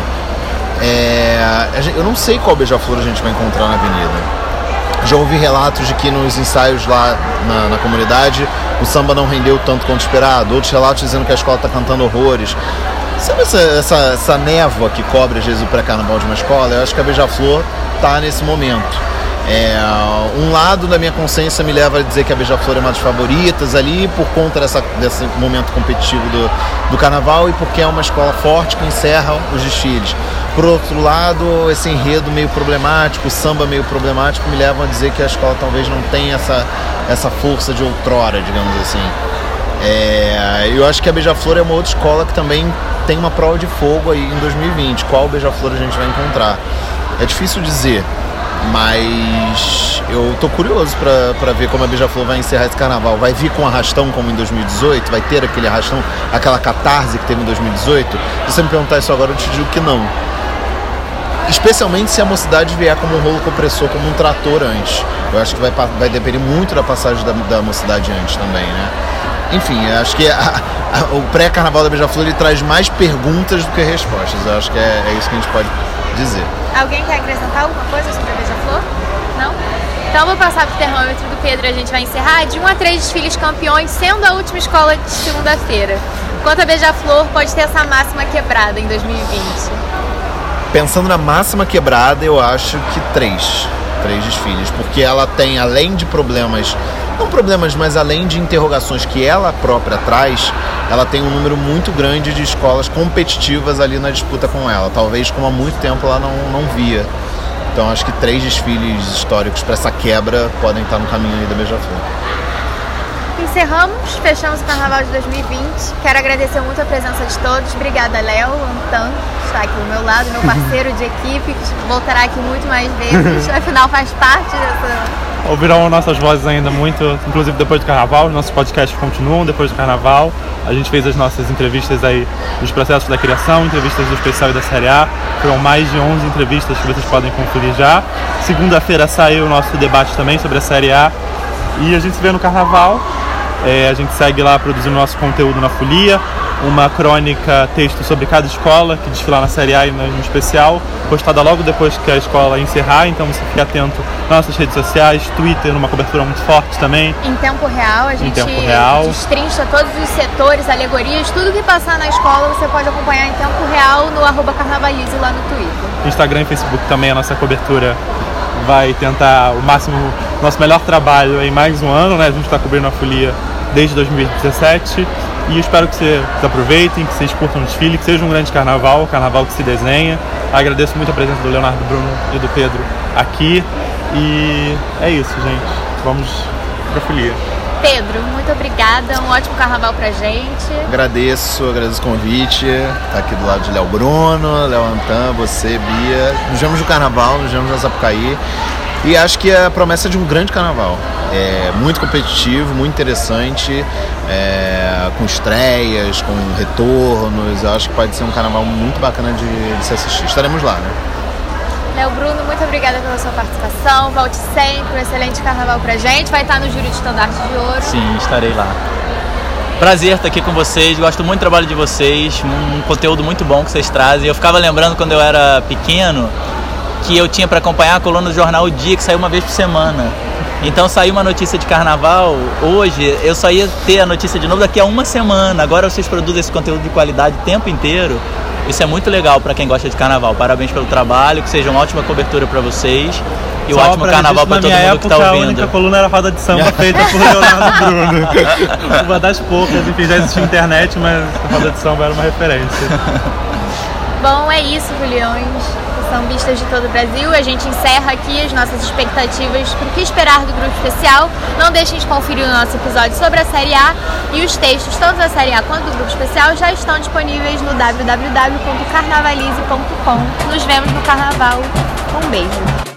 Eu não sei qual Beija-Flor a gente vai encontrar na avenida. Já ouvi relatos de que nos ensaios lá na comunidade o samba não rendeu tanto quanto esperado. Outros relatos dizendo que a escola está cantando horrores. Sabe essa névoa que cobre às vezes o pré-carnaval de uma escola? Eu acho que a Beija-Flor está nesse momento. Um lado da minha consciência me leva a dizer que a Beija-Flor é uma das favoritas ali por conta desse momento competitivo do carnaval e porque é uma escola forte que encerra os desfiles. Por outro lado, esse enredo meio problemático, o samba meio problemático me levam a dizer que a escola talvez não tenha essa força de outrora, digamos assim. Eu acho que a Beija-Flor é uma outra escola que também tem uma prova de fogo aí em 2020. Qual Beija-Flor a gente vai encontrar? É difícil dizer. Mas eu tô curioso pra ver como a Beija-Flor vai encerrar esse carnaval. Vai vir com arrastão como em 2018? Vai ter aquele arrastão, aquela catarse que teve em 2018? Se você me perguntar isso agora, eu te digo que não. Especialmente se a Mocidade vier como um rolo compressor, como um trator antes. Eu acho que vai depender muito da passagem da Mocidade antes também, né? Enfim, eu acho que o pré-carnaval da Beija-Flor ele traz mais perguntas do que respostas. Eu acho que é isso que a gente pode dizer. Alguém quer acrescentar alguma coisa sobre a Beija-Flor? Não? Então eu vou passar pro termômetro do Pedro e a gente vai encerrar. De 1 a 3 desfiles campeões, sendo a última escola de segunda-feira. Quanto a Beija-Flor pode ter essa máxima quebrada em 2020? Pensando na máxima quebrada, eu acho que 3 desfiles, porque ela tem, além de problemas, não problemas, mas além de interrogações que ela própria traz, ela tem um número muito grande de escolas competitivas ali na disputa com ela, talvez como há muito tempo ela não via. Então acho que 3 desfiles históricos para essa quebra podem estar no caminho aí da Beija-Flor. Encerramos, fechamos o Carnaval de 2020. Quero agradecer muito a presença de todos. Obrigada, Léo Antan, que está aqui do meu lado, meu parceiro de equipe, que voltará aqui muito mais vezes, afinal faz parte dessa... Ouvirão nossas vozes ainda muito, inclusive depois do Carnaval. Os nossos podcasts continuam depois do Carnaval. A gente fez as nossas entrevistas aí dos processos da criação, entrevistas do especial e da Série A. Foram mais de 11 entrevistas que vocês podem conferir já. Segunda-feira saiu o nosso debate também sobre a Série A. E a gente se vê no Carnaval. A gente segue lá produzindo nosso conteúdo na Folia, uma crônica, texto sobre cada escola que desfilar na Série A e no especial, postada logo depois que a escola encerrar, então você fique atento nas nossas redes sociais, Twitter, numa cobertura muito forte também. Em tempo real, a gente destrincha todos os setores, alegorias, tudo que passar na escola você pode acompanhar em tempo real no @carnavalize lá no Twitter. Instagram e Facebook também, a nossa cobertura vai tentar o máximo, nosso melhor trabalho em mais um ano, né? A gente está cobrindo a Folia desde 2017 e eu espero que vocês aproveitem, que vocês curtam o desfile, que seja um grande carnaval, o carnaval que se desenha. Agradeço muito a presença do Leonardo, do Bruno e do Pedro aqui e é isso, gente. Vamos pra Folia. Pedro, muito obrigada, um ótimo carnaval pra gente. Agradeço o convite, tá aqui do lado de Léo Bruno, Léo Antan, você, Bia. Nos vemos no carnaval, nos vemos na Sapucaí. E acho que é a promessa de um grande carnaval. É muito competitivo, muito interessante, com estreias, com retornos. Eu acho que pode ser um carnaval muito bacana de se assistir. Estaremos lá, né? Léo Bruno, muito obrigada pela sua participação. Volte sempre, um excelente carnaval pra gente. Vai estar no Júri de Estandarte de Ouro. Sim, estarei lá. Prazer estar aqui com vocês, gosto muito do trabalho de vocês, um conteúdo muito bom que vocês trazem. Eu ficava lembrando quando eu era pequeno que eu tinha para acompanhar a coluna do jornal O Dia, que saiu uma vez por semana. Então saiu uma notícia de carnaval, hoje eu só ia ter a notícia de novo daqui a uma semana. Agora vocês produzem esse conteúdo de qualidade o tempo inteiro. Isso é muito legal para quem gosta de carnaval. Parabéns pelo trabalho, que seja uma ótima cobertura para vocês e um ótimo carnaval para todo mundo que está ouvindo. A única coluna era roda de samba feita por Leonardo Bruno. Uma das poucas, enfim, já existia internet, mas a roda de samba era uma referência. Bom, é isso, Juliões, sambistas de todo o Brasil. A gente encerra aqui as nossas expectativas para o que esperar do Grupo Especial. Não deixem de conferir o nosso episódio sobre a Série A e os textos, tanto da Série A quanto do Grupo Especial, já estão disponíveis no www.carnavalize.com. Nos vemos no Carnaval. Um beijo.